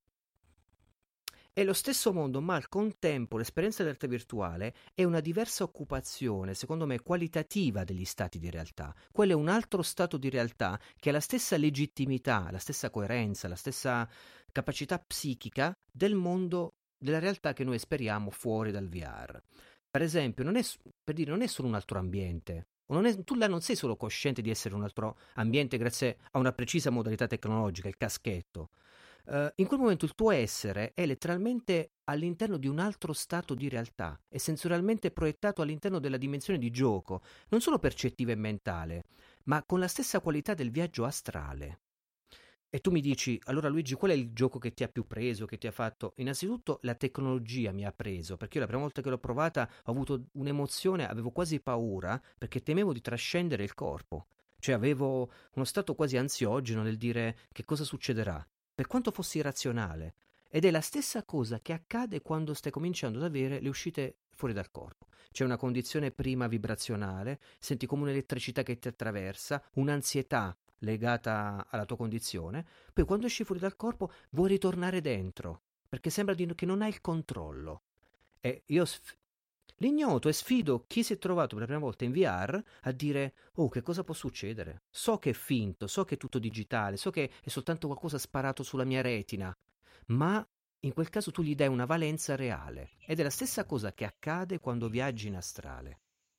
è lo stesso mondo, ma al contempo l'esperienza della realtà virtuale è una diversa occupazione, secondo me, qualitativa degli stati di realtà. Quello è un altro stato di realtà che ha la stessa legittimità, la stessa coerenza, la stessa capacità psichica del mondo, della realtà che noi esperiamo fuori dal VR. Per esempio, non è solo un altro ambiente. Tu là non sei solo cosciente di essere un altro ambiente grazie a una precisa modalità tecnologica, il caschetto. In quel momento il tuo essere è letteralmente all'interno di un altro stato di realtà, è sensorialmente proiettato all'interno della dimensione di gioco, non solo percettiva e mentale, ma con la stessa qualità del viaggio astrale. E tu mi dici: allora Luigi, qual è il gioco che ti ha più preso, che ti ha fatto? Innanzitutto la tecnologia mi ha preso, perché io la prima volta che l'ho provata ho avuto un'emozione, avevo quasi paura, perché temevo di trascendere il corpo. Cioè avevo uno stato quasi ansiogeno nel dire che cosa succederà, per quanto fossi irrazionale. Ed è la stessa cosa che accade quando stai cominciando ad avere le uscite fuori dal corpo. C'è una condizione prima vibrazionale, senti come un'elettricità che ti attraversa, un'ansietà legata alla tua condizione, poi quando esci fuori dal corpo vuoi ritornare dentro, perché sembra che non hai il controllo. E io l'ignoto, e sfido chi si è trovato per la prima volta in VR a dire: oh, che cosa può succedere? So che è finto, so che è tutto digitale, so che è soltanto qualcosa sparato sulla mia retina, ma in quel caso tu gli dai una valenza reale, ed è la stessa cosa che accade quando viaggi in astrale.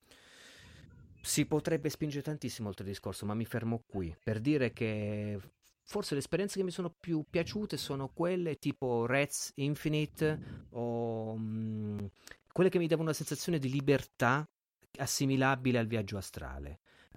Si potrebbe spingere tantissimo oltre il discorso, ma mi fermo qui per dire che forse le esperienze che mi sono più piaciute sono quelle tipo Reds Infinite o quelle che mi davano una sensazione di libertà assimilabile al viaggio astrale.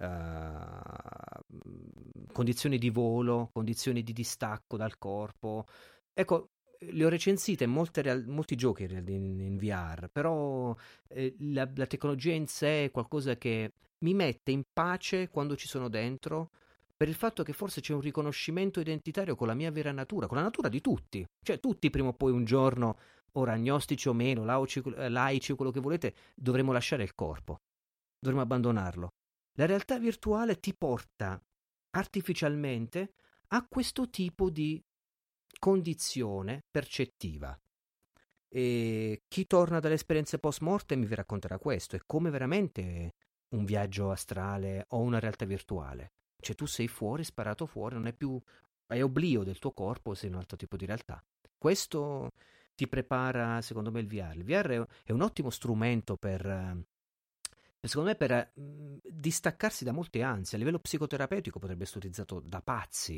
Condizioni di volo, condizioni di distacco dal corpo. Ecco, le ho recensite molti giochi in VR, però la tecnologia in sé è qualcosa che mi mette in pace quando ci sono dentro, per il fatto che forse c'è un riconoscimento identitario con la mia vera natura, con la natura di tutti. Cioè tutti prima o poi un giorno, ora agnostici o meno, laici o quello che volete, dovremo lasciare il corpo, dovremo abbandonarlo. La realtà virtuale ti porta artificialmente a questo tipo di condizione percettiva. E chi torna dalle esperienze post mortem vi racconterà questo, è come veramente un viaggio astrale o una realtà virtuale. Cioè tu sei fuori, sparato fuori, non è più, hai oblio del tuo corpo, sei in un altro tipo di realtà. Questo ti prepara, secondo me, il VR. Il VR è un ottimo strumento secondo me, per distaccarsi da molte ansie. A livello psicoterapeutico potrebbe essere utilizzato da pazzi.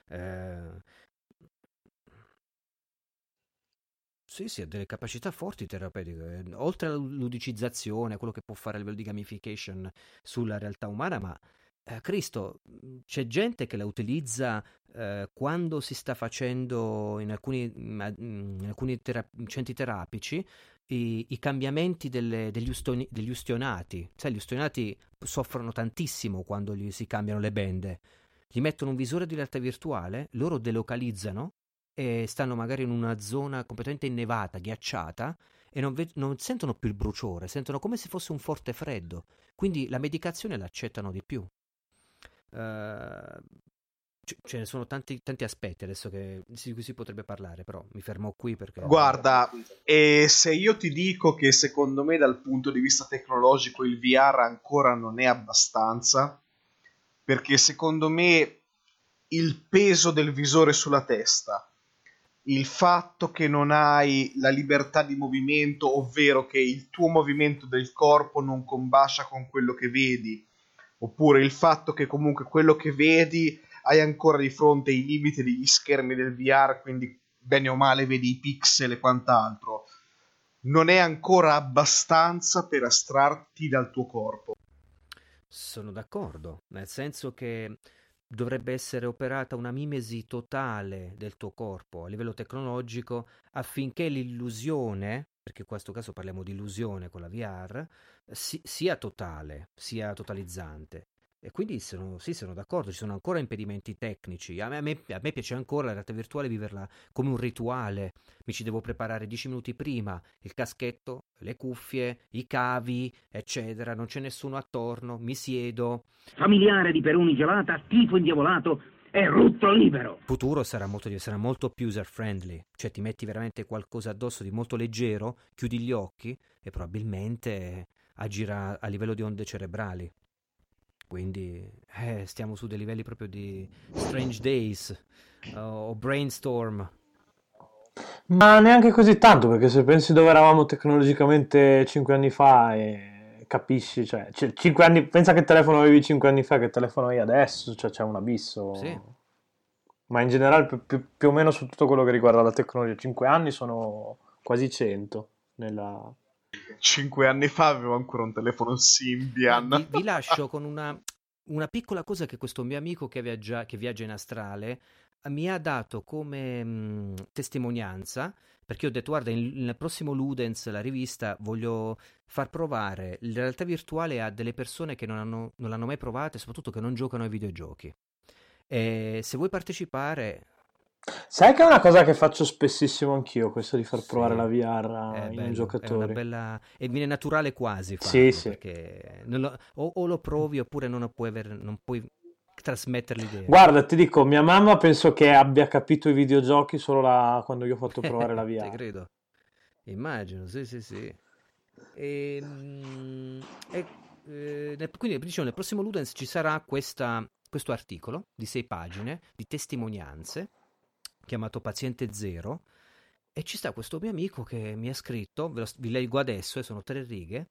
Sì, ha delle capacità forti terapeutiche, oltre alla ludicizzazione, quello che può fare a livello di gamification sulla realtà umana, ma Cristo, c'è gente che la utilizza quando si sta facendo in alcuni centri terapici i cambiamenti degli ustionati. Sai, gli ustionati soffrono tantissimo quando gli si cambiano le bende. Gli mettono un visore di realtà virtuale, loro delocalizzano e stanno magari in una zona completamente innevata, ghiacciata, e non sentono più il bruciore, sentono come se fosse un forte freddo. Quindi la medicazione l'accettano di più. ce ne sono tanti aspetti adesso di cui si potrebbe parlare, però mi fermo qui perché... Guarda, e se io ti dico che secondo me dal punto di vista tecnologico il VR ancora non è abbastanza, perché secondo me il peso del visore sulla testa, il fatto che non hai la libertà di movimento, ovvero che il tuo movimento del corpo non combacia con quello che vedi, oppure il fatto che comunque quello che vedi hai ancora di fronte i limiti degli schermi del VR, quindi bene o male vedi i pixel e quant'altro, non è ancora abbastanza per astrarti dal tuo corpo. Sono d'accordo, nel senso che dovrebbe essere operata una mimesi totale del tuo corpo a livello tecnologico affinché l'illusione, perché in questo caso parliamo di illusione con la VR, sia totale, sia totalizzante. E quindi sono d'accordo, ci sono ancora impedimenti tecnici. A me piace ancora la realtà virtuale viverla come un rituale. Mi ci devo preparare 10 minuti prima, il caschetto, le cuffie, i cavi, eccetera. Non c'è nessuno attorno, mi siedo. Familiare di Peroni gelata, tifo indiavolato e rutto libero. Il futuro sarà molto più user friendly, cioè ti metti veramente qualcosa addosso di molto leggero, chiudi gli occhi e probabilmente agirà a livello di onde cerebrali. Quindi stiamo su dei livelli proprio di Strange Days o Brainstorm. Ma neanche così tanto, perché se pensi dove eravamo tecnologicamente 5 anni fa e capisci, cioè 5 anni, pensa che telefono avevi 5 anni fa, che telefono hai adesso, cioè c'è un abisso. Sì. Ma in generale più o meno su tutto quello che riguarda la tecnologia, 5 anni sono quasi 100 nella... 5 anni fa avevo ancora un telefono Symbian. Vi lascio con una piccola cosa che questo mio amico che viaggia in astrale mi ha dato come testimonianza, perché ho detto guarda, nel prossimo Ludens, la rivista, voglio far provare la realtà virtuale a delle persone che non l'hanno mai provata e soprattutto che non giocano ai videogiochi. E se vuoi partecipare... Sai che è una cosa che faccio spessissimo anch'io, questo di far Sì, provare la VR è ai bello, giocatori. è una bella... e viene naturale quasi Sì, farlo, sì. perché o lo provi oppure non puoi trasmettere l'idea. Guarda, ti dico, mia mamma penso che abbia capito i videogiochi solo quando gli ho fatto provare la Te VR. credo, immagino, sì. Quindi dicevo, nel prossimo Ludens ci sarà questo articolo di 6 pagine di testimonianze chiamato Paziente Zero, e ci sta questo mio amico che mi ha scritto, vi leggo adesso, sono 3 righe.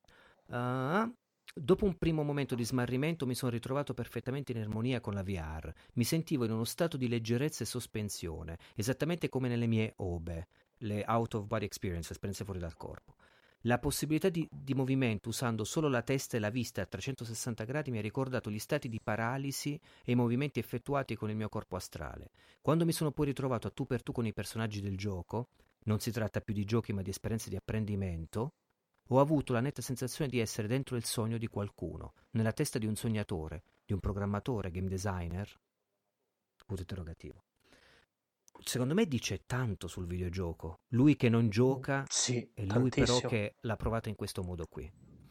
Dopo un primo momento di smarrimento mi sono ritrovato perfettamente in armonia con la VR. Mi sentivo in uno stato di leggerezza e sospensione, esattamente come nelle mie OBE, le Out of Body Experience, esperienze fuori dal corpo. La possibilità di movimento usando solo la testa e la vista a 360 gradi mi ha ricordato gli stati di paralisi e i movimenti effettuati con il mio corpo astrale. Quando mi sono poi ritrovato a tu per tu con i personaggi del gioco, non si tratta più di giochi ma di esperienze di apprendimento, ho avuto la netta sensazione di essere dentro il sogno di qualcuno, nella testa di un sognatore, di un programmatore, game designer. Punto interrogativo. Secondo me dice tanto sul videogioco. Lui che non gioca Sì, e lui però tantissimo. che l'ha provato in questo modo qui.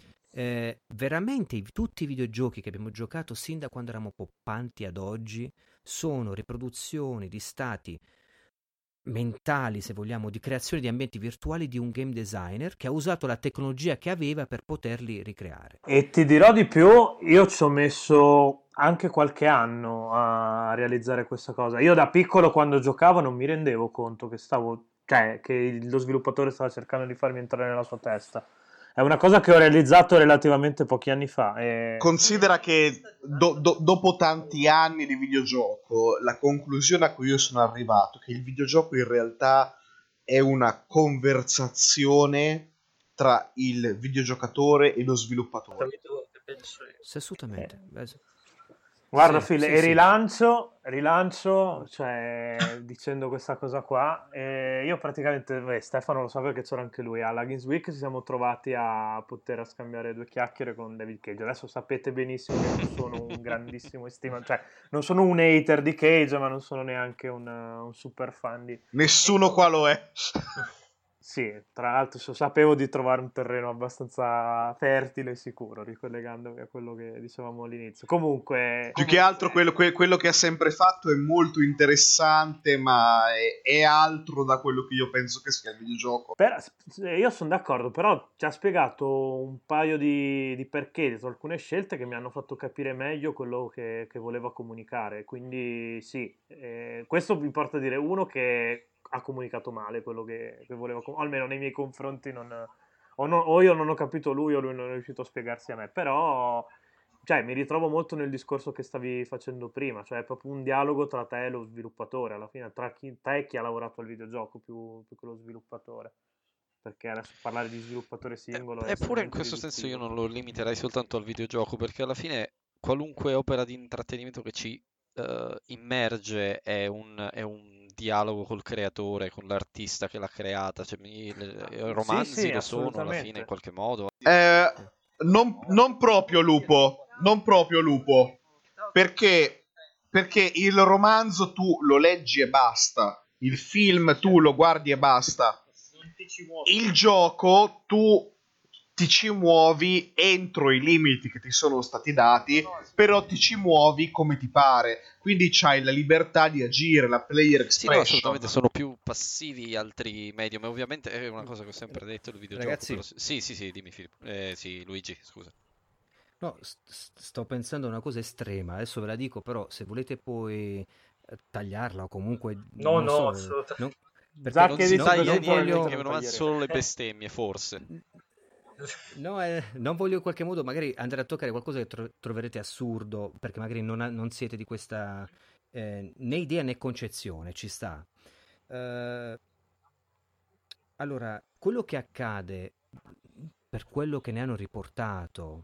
Veramente tutti i videogiochi che abbiamo giocato sin da quando eravamo poppanti ad oggi sono riproduzioni di stati mentali, se vogliamo, di creazione di ambienti virtuali di un game designer che ha usato la tecnologia che aveva per poterli ricreare. E ti dirò di più, io ci ho messo anche qualche anno a realizzare questa cosa. Io da piccolo quando giocavo non mi rendevo conto che lo sviluppatore stava cercando di farmi entrare nella sua testa. È una cosa che ho realizzato relativamente pochi anni fa. Considera che dopo tanti anni di videogioco, la conclusione a cui io sono arrivato è che il videogioco in realtà è una conversazione tra il videogiocatore e lo sviluppatore. Sì, assolutamente. Guarda Sì, Phil, sì, e sì. rilancio, cioè, dicendo questa cosa qua, io praticamente, Stefano lo sa perché c'era anche lui, alla Games Week ci siamo trovati a poter scambiare 2 chiacchiere con David Cage. Adesso sapete benissimo che non sono un grandissimo estimatore, cioè non sono un hater di Cage, ma non sono neanche un super fan di... Nessuno qua lo è. Sì, tra l'altro sapevo di trovare un terreno abbastanza fertile e sicuro, ricollegandomi a quello che dicevamo all'inizio. Comunque, Più che altro quello che ha sempre fatto è molto interessante, ma è altro da quello che io penso che sia il videogioco. io sono d'accordo, però ci ha spiegato un paio di perché dietro alcune scelte che mi hanno fatto capire meglio quello che voleva comunicare. Quindi sì, questo mi porta a dire uno che ha comunicato male quello che voleva, almeno nei miei confronti o io non ho capito lui o lui non è riuscito a spiegarsi a me, però cioè, mi ritrovo molto nel discorso che stavi facendo prima, cioè è proprio un dialogo tra te e lo sviluppatore, alla fine tra te e chi ha lavorato al videogioco più che lo sviluppatore, perché adesso parlare di sviluppatore singolo è Eppure in estremamente questo senso io riduttivo. non lo limiterei soltanto al videogioco, perché alla fine qualunque opera di intrattenimento che ci immerge è un dialogo col creatore, con l'artista che l'ha creata. Cioè, i Sì, romanzi sì, lo sono alla fine in assolutamente. qualche modo. Non proprio Lupo, non proprio Lupo, perché il romanzo tu lo leggi e basta, il film tu lo guardi e basta, il gioco tu ti ci muovi entro i limiti che ti sono stati dati, però ti ci muovi come ti pare, quindi c'hai la libertà di agire, la player Sì, no, expression. assolutamente sono più passivi altri medium, e ovviamente è una cosa che ho sempre detto il videogioco, Ragazzi, però sì, dimmi Filippo. Sì, Luigi, scusa. no, sto pensando a una cosa estrema, adesso ve la dico, però se volete poi tagliarla o comunque, non lo No, so, assolutamente. perché Non si taglia non niente, voglio... perché mi romanzi solo le bestemmie, forse. No, non voglio in qualche modo magari andare a toccare qualcosa che troverete assurdo, perché magari non siete di questa né idea né concezione, ci sta. Eh, allora, quello che accade, per quello che ne hanno riportato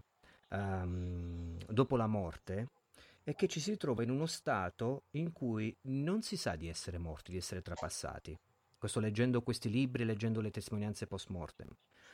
dopo la morte, è che ci si trova in uno stato in cui non si sa di essere morti, di essere trapassati. Questo leggendo questi libri, leggendo le testimonianze post mortem.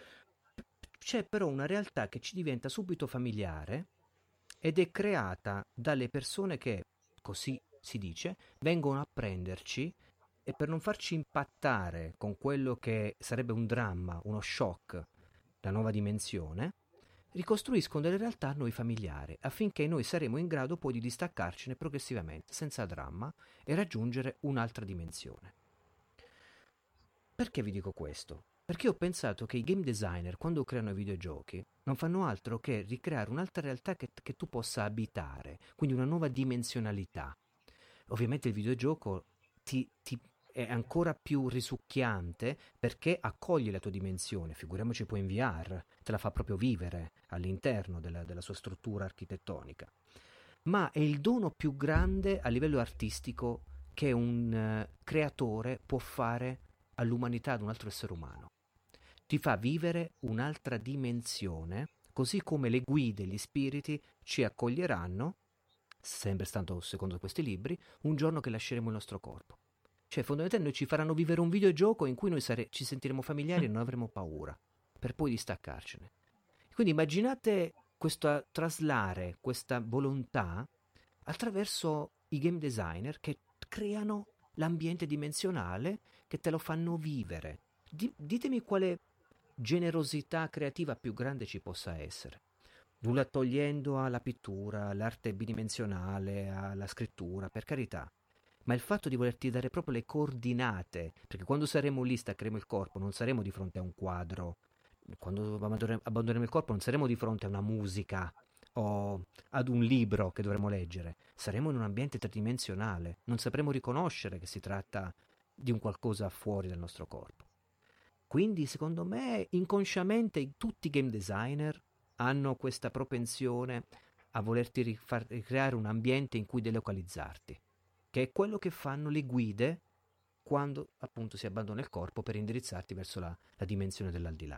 C'è però una realtà che ci diventa subito familiare ed è creata dalle persone che, così si dice, vengono a prenderci e per non farci impattare con quello che sarebbe un dramma, uno shock, la nuova dimensione, ricostruiscono delle realtà a noi familiari affinché noi saremo in grado poi di distaccarcene progressivamente, senza dramma, e raggiungere un'altra dimensione. Perché vi dico questo? Perché ho pensato che i game designer, quando creano i videogiochi, non fanno altro che ricreare un'altra realtà che tu possa abitare, quindi una nuova dimensionalità. Ovviamente il videogioco è ancora più risucchiante perché accoglie la tua dimensione, figuriamoci poi in VR, te la fa proprio vivere all'interno della sua struttura architettonica. Ma è il dono più grande a livello artistico che un creatore può fare all'umanità, ad un altro essere umano. Ti fa vivere un'altra dimensione, così come le guide, gli spiriti ci accoglieranno, sempre stando secondo questi libri, un giorno che lasceremo il nostro corpo. Cioè, fondamentalmente ci faranno vivere un videogioco in cui noi ci sentiremo familiari e non avremo paura, per poi distaccarcene. Quindi immaginate questo traslare, questa volontà attraverso i game designer che creano l'ambiente dimensionale, che te lo fanno vivere. Ditemi quale generosità creativa più grande ci possa essere. Nulla togliendo alla pittura, all'arte bidimensionale, alla scrittura, per carità. Ma il fatto di volerti dare proprio le coordinate, perché quando saremo lì, staccheremo il corpo, non saremo di fronte a un quadro. Quando abbandoneremo il corpo non saremo di fronte a una musica o ad un libro che dovremo leggere. Saremo in un ambiente tridimensionale. Non sapremo riconoscere che si tratta di un qualcosa fuori dal nostro corpo. Quindi, secondo me, inconsciamente tutti i game designer hanno questa propensione a volerti ricreare un ambiente in cui delocalizzarti, che è quello che fanno le guide quando appunto si abbandona il corpo per indirizzarti verso la dimensione dell'aldilà.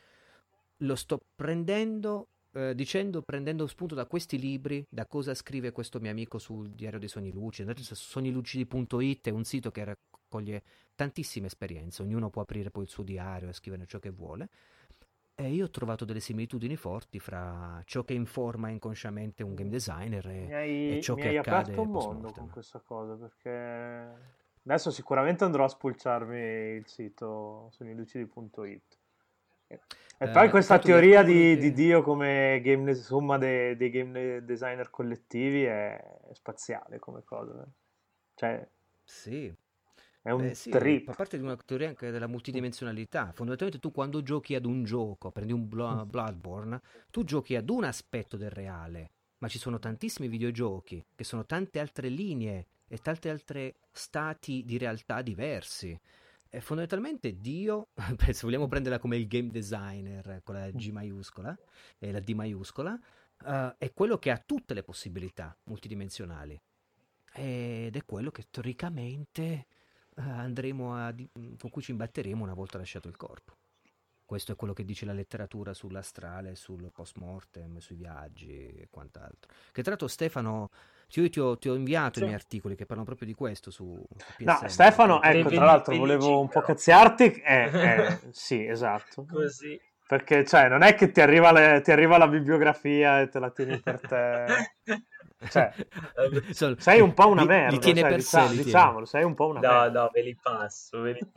Lo sto prendendo prendendo spunto da questi libri, da cosa scrive questo mio amico sul Diario dei Sogni Lucidi. Andate su sognilucidi.it, è un sito che raccoglie tantissime esperienze, ognuno può aprire poi il suo diario e scrivere ciò che vuole. E io ho trovato delle similitudini forti fra ciò che informa inconsciamente un game designer e ciò che accade aperto un mondo post-mortem. con questa cosa, perché Adesso sicuramente andrò a spulciarmi il sito sunilucidi.it. E poi questa teoria di Dio come somma dei game designer collettivi è spaziale come cosa. Cioè, Sì. è un Sì, trip. fa parte di una teoria anche della multidimensionalità. Fondamentalmente tu quando giochi ad un gioco, prendi un Bloodborne, tu giochi ad un aspetto del reale, ma ci sono tantissimi videogiochi che sono tante altre linee e tanti altri stati di realtà diversi. E fondamentalmente Dio, se vogliamo prenderla come il game designer con la G maiuscola e la D maiuscola, è quello che ha tutte le possibilità multidimensionali ed è quello che teoricamente con cui ci imbatteremo una volta lasciato il corpo. Questo è quello che dice la letteratura sull'astrale, sul post mortem, sui viaggi e quant'altro. Che tra l'altro Stefano, io ti ho inviato i miei articoli che parlano proprio di questo su PSN. No, Stefano, ecco, tra l'altro volevo un po' cazziarti. Sì, esatto. Così. Perché, cioè, non è che ti arriva la bibliografia e te la tieni per te. Cioè, sei un po' una merda, li tiene cioè, per sé, diciamolo, sei un po' una merda. No, ve li passo.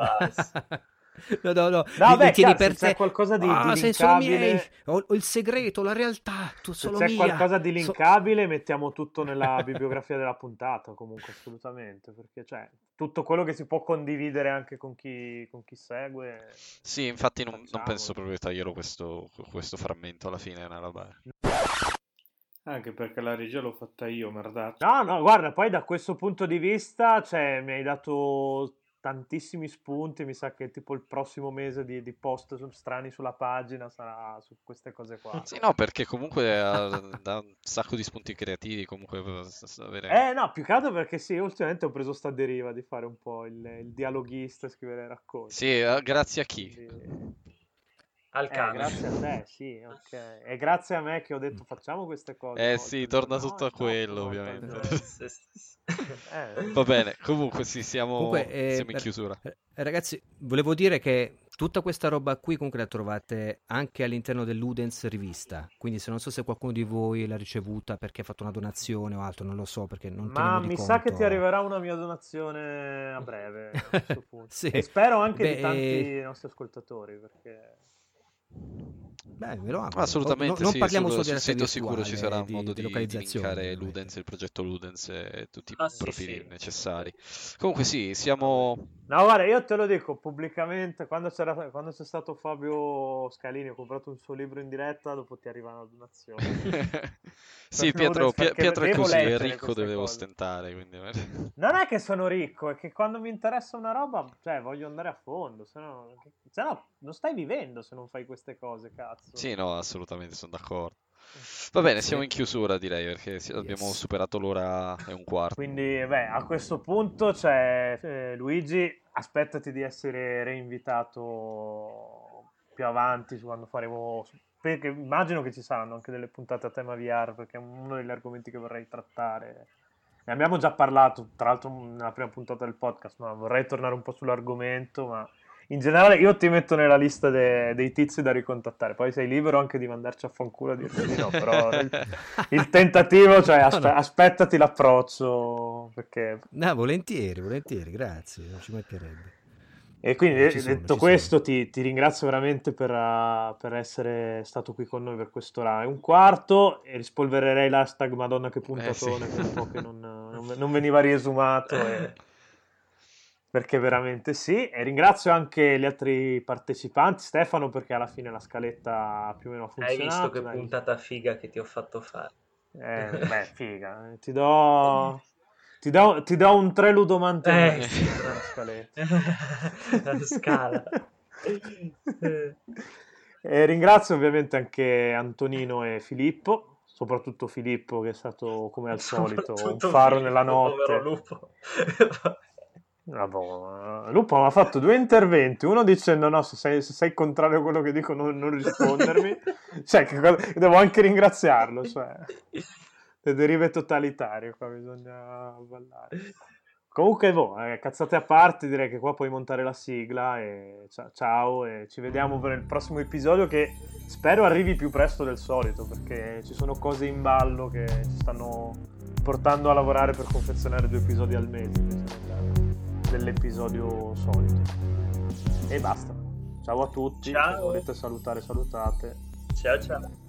No, beh, tieni cazzo, per c'è te. qualcosa di Sei solo linkabile. miei, ho il segreto, la realtà, tu solo Se c'è mia. qualcosa di linkabile, mettiamo tutto nella bibliografia della puntata, comunque, assolutamente, perché cioè, tutto quello che si può condividere anche con chi segue. Sì, infatti non penso proprio taglierò questo frammento alla fine, è una roba. Anche perché la regia l'ho fatta io, merdaccio. No, guarda, poi da questo punto di vista, cioè, mi hai dato tantissimi spunti, mi sa che tipo il prossimo mese di post strani sulla pagina sarà su queste cose qua. Sì, no, perché comunque dà un sacco di spunti creativi, comunque avere... No, più che altro perché sì, ultimamente ho preso sta deriva di fare un po' il dialoghista e scrivere racconti. Sì, grazie a chi? Quindi... Al cane. Grazie a te, sì, ok. E grazie a me che ho detto facciamo queste cose. Sì, torna tutto a quello, ovviamente. Sì. Va bene, comunque sì, siamo in chiusura. Ragazzi, volevo dire che tutta questa roba qui comunque la trovate anche all'interno del Ludens rivista, quindi non so se qualcuno di voi l'ha ricevuta perché ha fatto una donazione o altro, non lo so perché non teniamo di mi conto. sa che ti arriverà una mia donazione a breve a questo punto. Sì. E spero anche di tanti nostri ascoltatori perché... Beh, me lo auguro. Assolutamente non sì, parliamo solo della sito sicuro ci sarà modo di localizzazione, linkare Ludens, il progetto Ludens e tutti i sì, profili necessari. Comunque sì, siamo... No, guarda, io te lo dico pubblicamente, quando c'è stato Fabio Scalini, ho comprato un suo libro in diretta, dopo ti arriva una donazione. Sì, Pietro è così, è ricco, deve cose. ostentare, quindi... Non è che sono ricco, è che quando mi interessa una roba, cioè, voglio andare a fondo, se no non stai vivendo se non fai queste cose, cazzo. Sì, no, assolutamente, sono d'accordo. Va bene, siamo in chiusura, direi, perché abbiamo superato l'ora e un quarto. Quindi, a questo punto c'è Luigi, aspettati di essere reinvitato più avanti quando faremo... Perché immagino che ci saranno anche delle puntate a tema VR, perché è uno degli argomenti che vorrei trattare. Ne abbiamo già parlato, tra l'altro, nella prima puntata del podcast, ma vorrei tornare un po' sull'argomento, ma... In generale io ti metto nella lista dei tizi da ricontattare, poi sei libero anche di mandarci a fanculo e dirti di no, però il tentativo, cioè aspettati l'approccio, perché... No, volentieri, grazie, non ci mancherebbe. E quindi detto questo ti ringrazio veramente per essere stato qui con noi per quest'ora e un quarto e rispolvererei l'hashtag Madonna che puntatone, che un po' che non veniva riesumato perché veramente sì, e ringrazio anche gli altri partecipanti, Stefano perché alla fine la scaletta più o meno ha funzionato. Hai visto che puntata figa che ti ho fatto fare? Figa, ti do un 3 ludomante la scaletta. La scala. E ringrazio ovviamente anche Antonino e Filippo, soprattutto Filippo che è stato come al solito un faro nella notte. Lupo. Lupo mi ha fatto 2 interventi, uno dicendo no, se sei contrario a quello che dico non rispondermi, cioè devo anche ringraziarlo, cioè le derive totalitarie qua bisogna ballare. Comunque cazzate a parte, direi che qua puoi montare la sigla e ciao e ci vediamo per il prossimo episodio che spero arrivi più presto del solito perché ci sono cose in ballo che ci stanno portando a lavorare per confezionare 2 episodi al mese. dell'episodio solito. E basta. Ciao a tutti. Ciao. Se volete salutare, salutate. Ciao ciao.